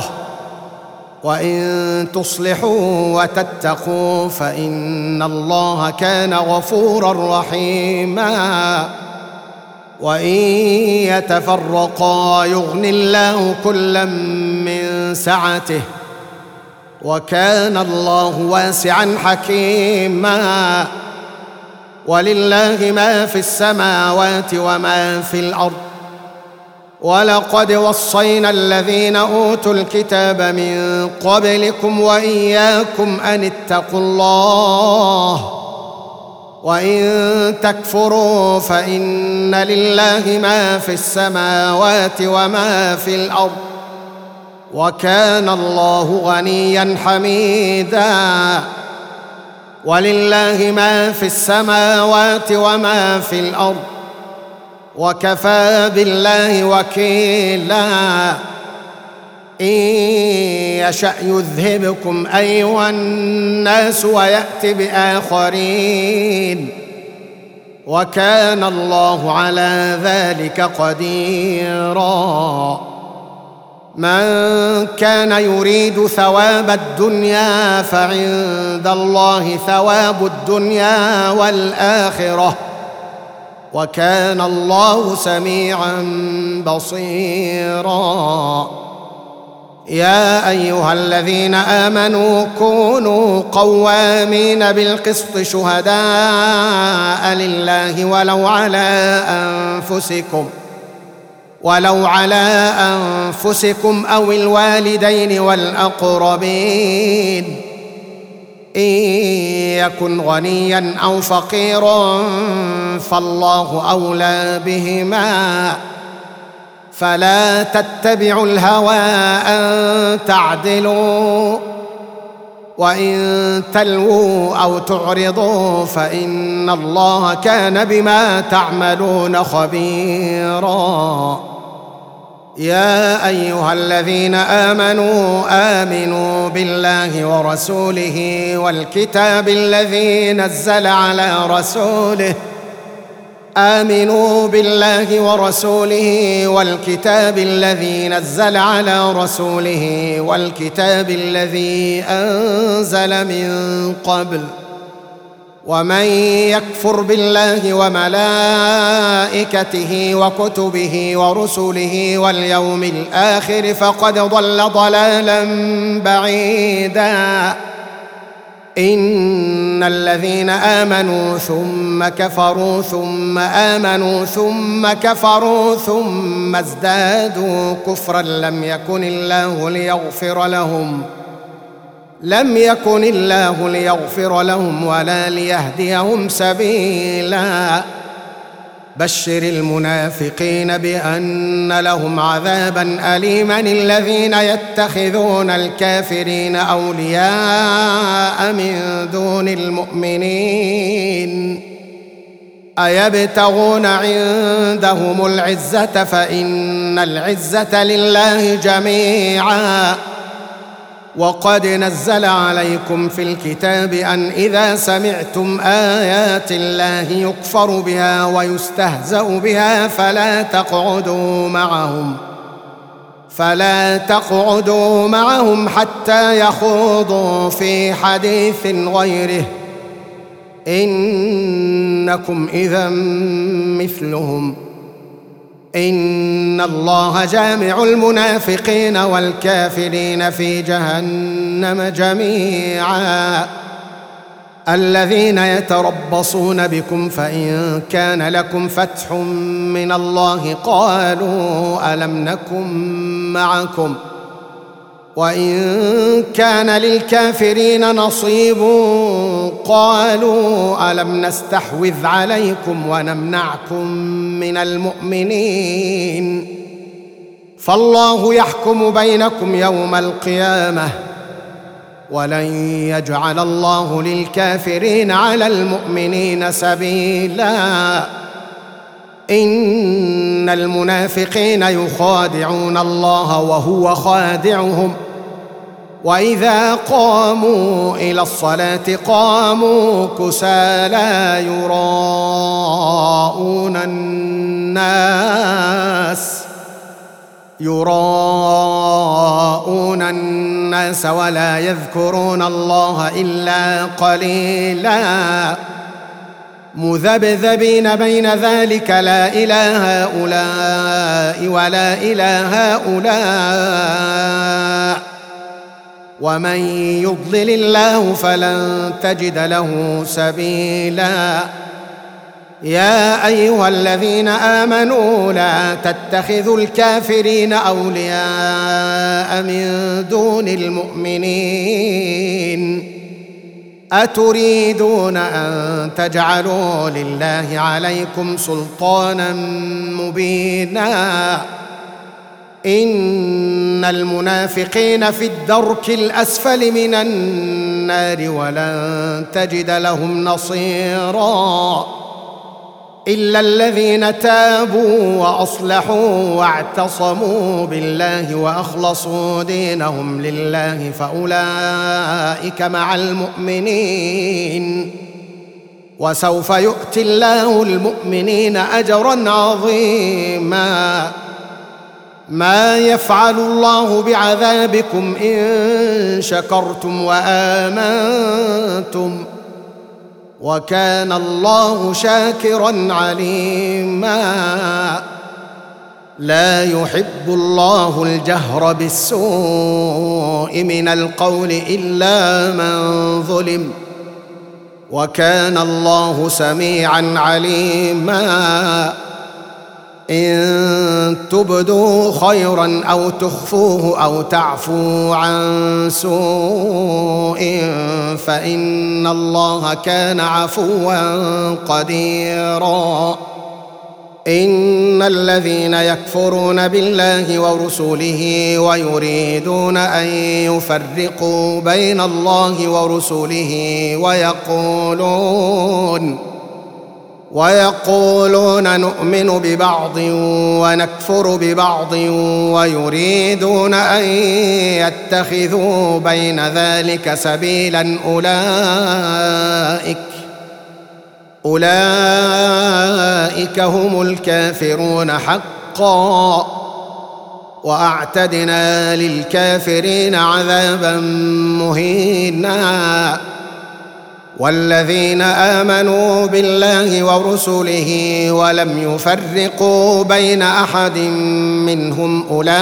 وإن تصلحوا وتتقوا فإن الله كان غفورا رحيما. وإن يتفرقا يغن الله كلا من سعته وكان الله واسعا حكيما. ولله ما في السماوات وما في الأرض ولقد وصينا الذين أوتوا الكتاب من قبلكم وإياكم أن اتقوا الله وإن تكفروا فإن لله ما في السماوات وما في الأرض وكان الله غنيا حميدا. ولله ما في السماوات وما في الأرض وكفى بالله وكيلا. إن يشأ يذهبكم أيها الناس ويأت بآخرين وكان الله على ذلك قديرا. من كان يريد ثواب الدنيا فعند الله ثواب الدنيا والآخرة وكان الله سميعا بصيرا. يا أيها الذين آمنوا كونوا قوامين بالقسط شهداء لله ولو على أنفسكم أو الوالدين والأقربين إن يكن غنيا أو فقيرا فالله أولى بهما فلا تتبعوا الهوى أن تعدلوا وإن تلووا أو تعرضوا فإن الله كان بما تعملون خبيرا. يا أيها الذين آمنوا بالله ورسوله والكتاب الذي نزل على رسوله آمنوا بالله ورسوله والكتاب الذي نزل على رسوله والكتاب الذي أنزل من قبل ومن يكفر بالله وملائكته وكتبه ورسله واليوم الآخر فقد ضل ضلالا بعيدا. إن الذين آمنوا ثم كفروا ثم آمنوا ثم كفروا ثم ازدادوا كفرا لم يكن الله ليغفر لهم ولا ليهديهم سبيلا. بشر المنافقين بأن لهم عذابا أليما الذين يتخذون الكافرين أولياء من دون المؤمنين أيبتغون عندهم العزة فإن العزة لله جميعا وقد نزل عليكم في الكتاب أن إذا سمعتم آيات الله يكفر بها ويستهزأ بها فلا تقعدوا معهم حتى يخوضوا في حديث غيره إنكم إذا مثلهم إن الله جامع المنافقين والكافرين في جهنم جميعا الذين يتربصون بكم فإن كان لكم فتح من الله قالوا ألم نكن معكم وإن كان للكافرين نصيب قالوا ألم نستحوذ عليكم ونمنعكم من المؤمنين فالله يحكم بينكم يوم القيامة ولن يجعل الله للكافرين على المؤمنين سبيلا إن المنافقين يخادعون الله وهو خادعهم وإذا قاموا إلى الصلاة قاموا كسالى يراءون الناس ولا يذكرون الله إلا قليلا مذبذبين بين ذلك لا إله هؤلاء ولا إله هؤلاء ومن يضلل الله فلن تجد له سبيلا يا أيها الذين آمنوا لا تتخذوا الكافرين أولياء من دون المؤمنين أتريدون أن تجعلوا لله عليكم سلطانا مبينا إن المنافقين في الدرك الأسفل من النار ولن تجد لهم نصيرا إلا الذين تابوا وأصلحوا واعتصموا بالله وأخلصوا دينهم لله فأولئك مع المؤمنين وسوف يؤتي الله المؤمنين أجرا عظيما ما يفعل الله بعذابكم إن شكرتم وآمنتم وكان الله شاكرا عليما لا يحب الله الجهر بالسوء من القول إلا من ظلم وكان الله سميعا عليما إن تبدوا خيرا أو تخفوه أو تعفوا عن سوء فإن الله كان عفوا قديرا إن الذين يكفرون بالله ورسله ويريدون أن يفرقوا بين الله ورسله ويقولون نؤمن ببعض ونكفر ببعض ويريدون أن يتخذوا بين ذلك سبيلا أولئك هم الكافرون حقا وأعتدنا للكافرين عذابا مهينا والذين آمنوا بالله ورسله ولم يفرقوا بين أحد منهم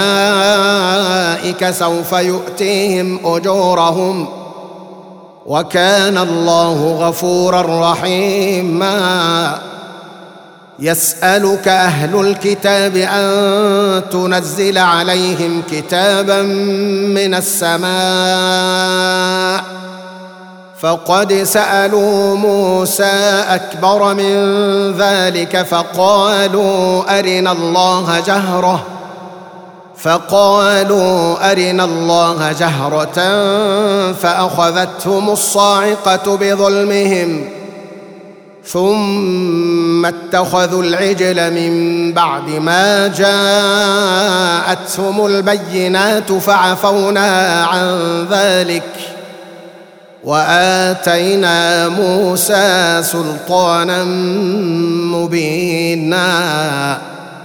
أولئك سوف يؤتيهم أجورهم وكان الله غفورا رحيما يسألك أهل الكتاب أن تنزل عليهم كتابا من السماء فقد سألوا موسى أكبر من ذلك فقالوا أرنا الله جهرة فأخذتهم الصاعقة بظلمهم ثم اتخذوا العجل من بعد ما جاءتهم البينات فعفونا عن ذلك وآتينا موسى سلطانا مبينا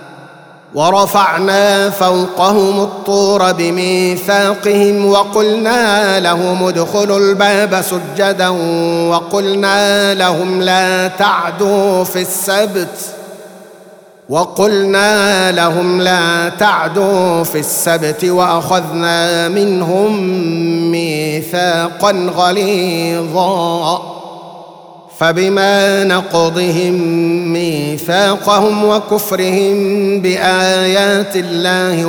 ورفعنا فوقهم الطور بميثاقهم وقلنا لهم ادخلوا الباب سجدا وقلنا لهم لا تعدوا في السبت وأخذنا منهم ميثاقا غليظا فبما نقضهم ميثاقهم وكفرهم بآيات الله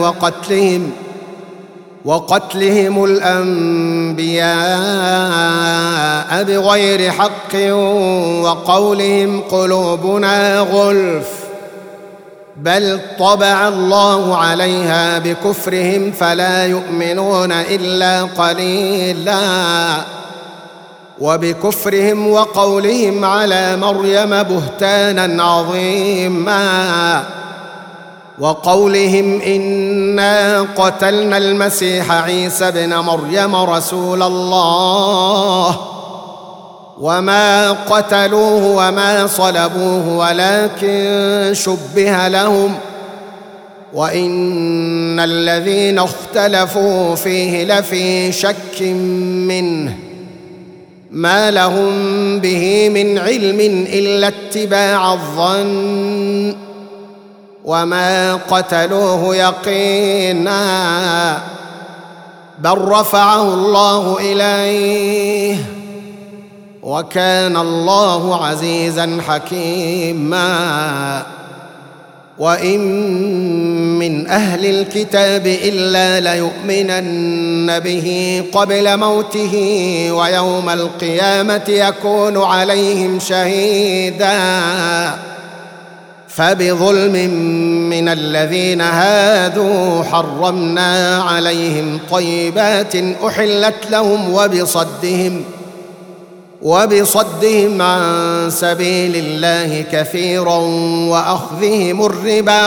وقتلهم الأنبياء بغير حق وقولهم قلوبنا غلف بل طبع الله عليها بكفرهم فلا يؤمنون إلا قليلا وبكفرهم وقولهم على مريم بهتانا عظيما وقولهم إنا قتلنا المسيح عيسى ابن مريم رسول الله وما قتلوه وما صلبوه ولكن شبه لهم وإن الذين اختلفوا فيه لفي شك منه ما لهم به من علم إلا اتباع الظن وما قتلوه يقينا بل رفعه الله إليه وكان الله عزيزا حكيما وإن من أهل الكتاب إلا ليؤمنن به قبل موته ويوم القيامة يكون عليهم شهيدا فبظلم من الذين هادوا حرمنا عليهم طيبات أحلت لهم وبصدهم عن سبيل الله كثيرا وأخذهم الربا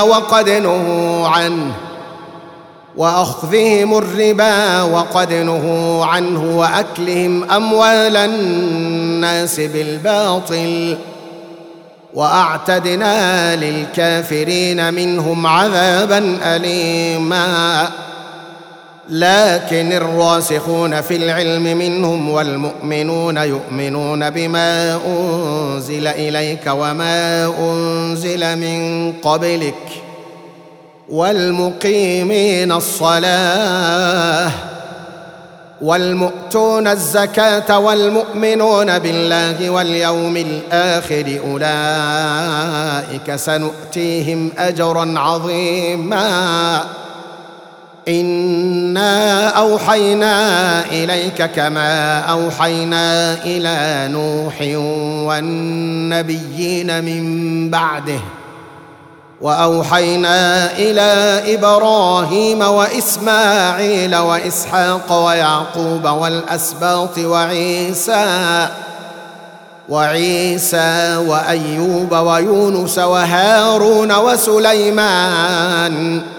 وقد نهوا عنه وأكلهم أموال الناس بالباطل وأعتدنا للكافرين منهم عذابا أليما لكن الراسخون في العلم منهم والمؤمنون يؤمنون بما أنزل إليك وما أنزل من قبلك والمقيمين الصلاة والمؤتون الزكاة والمؤمنون بالله واليوم الآخر أولئك سنؤتيهم أجرا عظيما إنا أوحينا إليك كما أوحينا إلى نوح والنبيين من بعده وأوحينا إلى إبراهيم وإسماعيل وإسحاق ويعقوب والأسباط وعيسى وأيوب ويونس وهارون وسليمان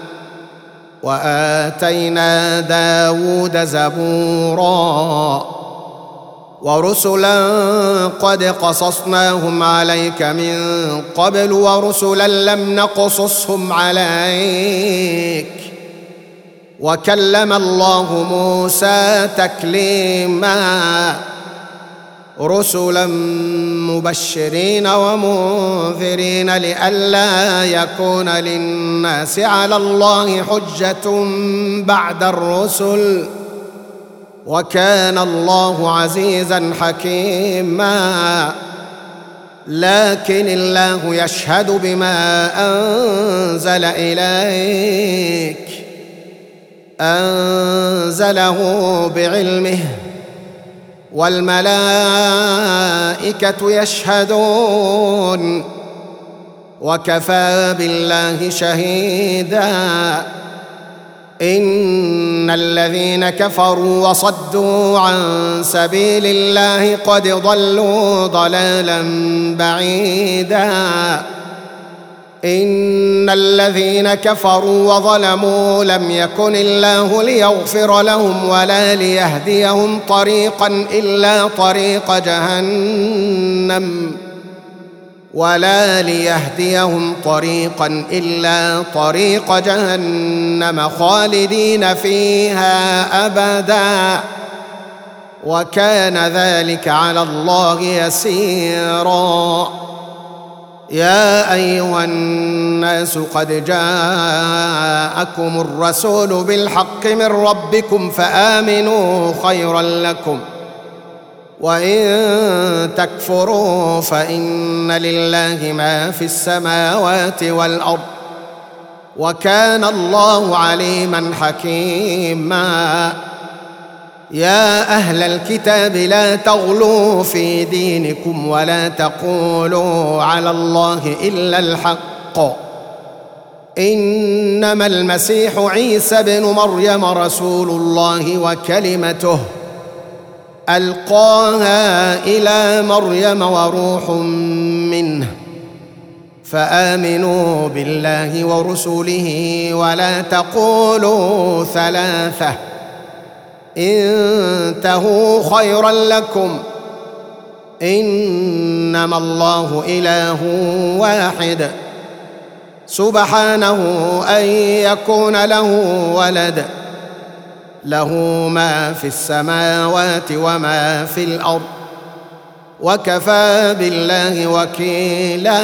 وآتينا داود زبورا ورسلا قد قصصناهم عليك من قبل ورسلا لم نقصصهم عليك وكلم الله موسى تكليما رسلا مبشرين ومنذرين لئلا يكون للناس على الله حجة بعد الرسل وكان الله عزيزا حكيما لكن الله يشهد بما أنزل إليك أنزله بعلمه والملائكة يشهدون وكفى بالله شهيدا إن الذين كفروا وصدوا عن سبيل الله قد ضلوا ضلالا بعيدا إن الذين كفروا وظلموا لم يكن الله ليغفر لهم ولا ليهديهم طريقا إلا طريق جهنم خالدين فيها أبدا وكان ذلك على الله يسيرا يا أيها الناس قد جاءكم الرسول بالحق من ربكم فآمنوا خيرا لكم وإن تكفروا فإن لله ما في السماوات والأرض وكان الله عليما حكيما يا أهل الكتاب لا تغلوا في دينكم ولا تقولوا على الله إلا الحق إنما المسيح عيسى بن مريم رسول الله وكلمته ألقاها إلى مريم وروح منه فآمنوا بالله ورسله ولا تقولوا ثلاثة انتهوا خيرا لكم إنما الله إله واحد سبحانه أن يكون له ولد له ما في السماوات وما في الأرض وكفى بالله وكيلا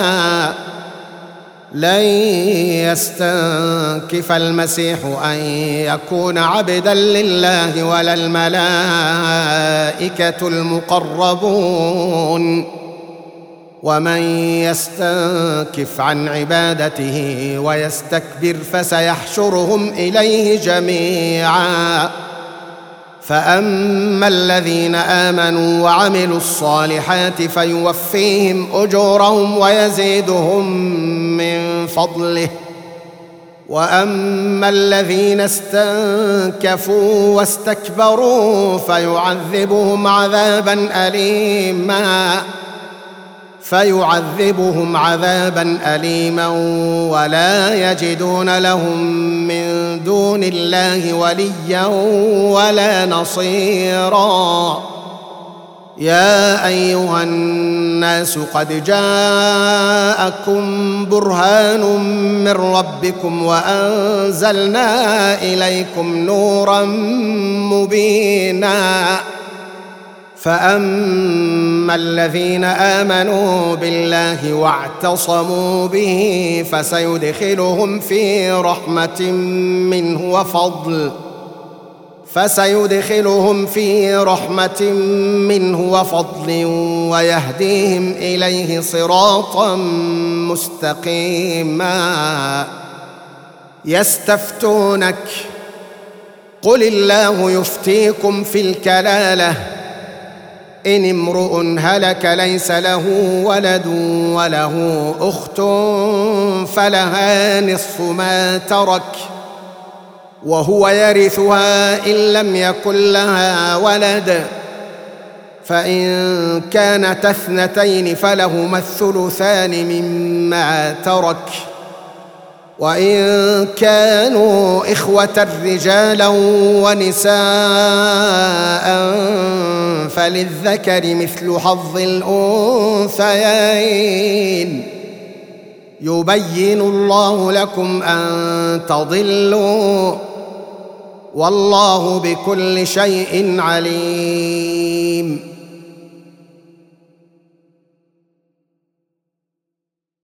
لن يستنكف المسيح أن يكون عبدا لله ولا الملائكة المقربون ومن يستنكف عن عبادته ويستكبر فسيحشرهم إليه جميعا فأما الذين آمنوا وعملوا الصالحات فيوفيهم أجورهم ويزيدهم من فضله وأما الذين استنكفوا واستكبروا فيعذبهم عذابا أليما ولا يجدون لهم من دون الله وليا ولا نصيرا يا أيها الناس قد جاءكم برهان من ربكم وأنزلنا إليكم نورا مبينا فأما الذين آمنوا بالله واعتصموا به فسيدخلهم في رحمة منه وفضل ويهديهم إليه صراطا مستقيما يستفتونك قل الله يفتيكم في الكلالة إن امرؤ هلك ليس له ولد وله أخت فلها نصف ما ترك وهو يرثها إن لم يكن لها ولد فإن كانت اثنتين فلهما الثلثان مما ترك وإن كانوا إخوة رجالا ونساء فللذكر مثل حظ الأنثيين يبين الله لكم أن تضلوا والله بكل شيء عليم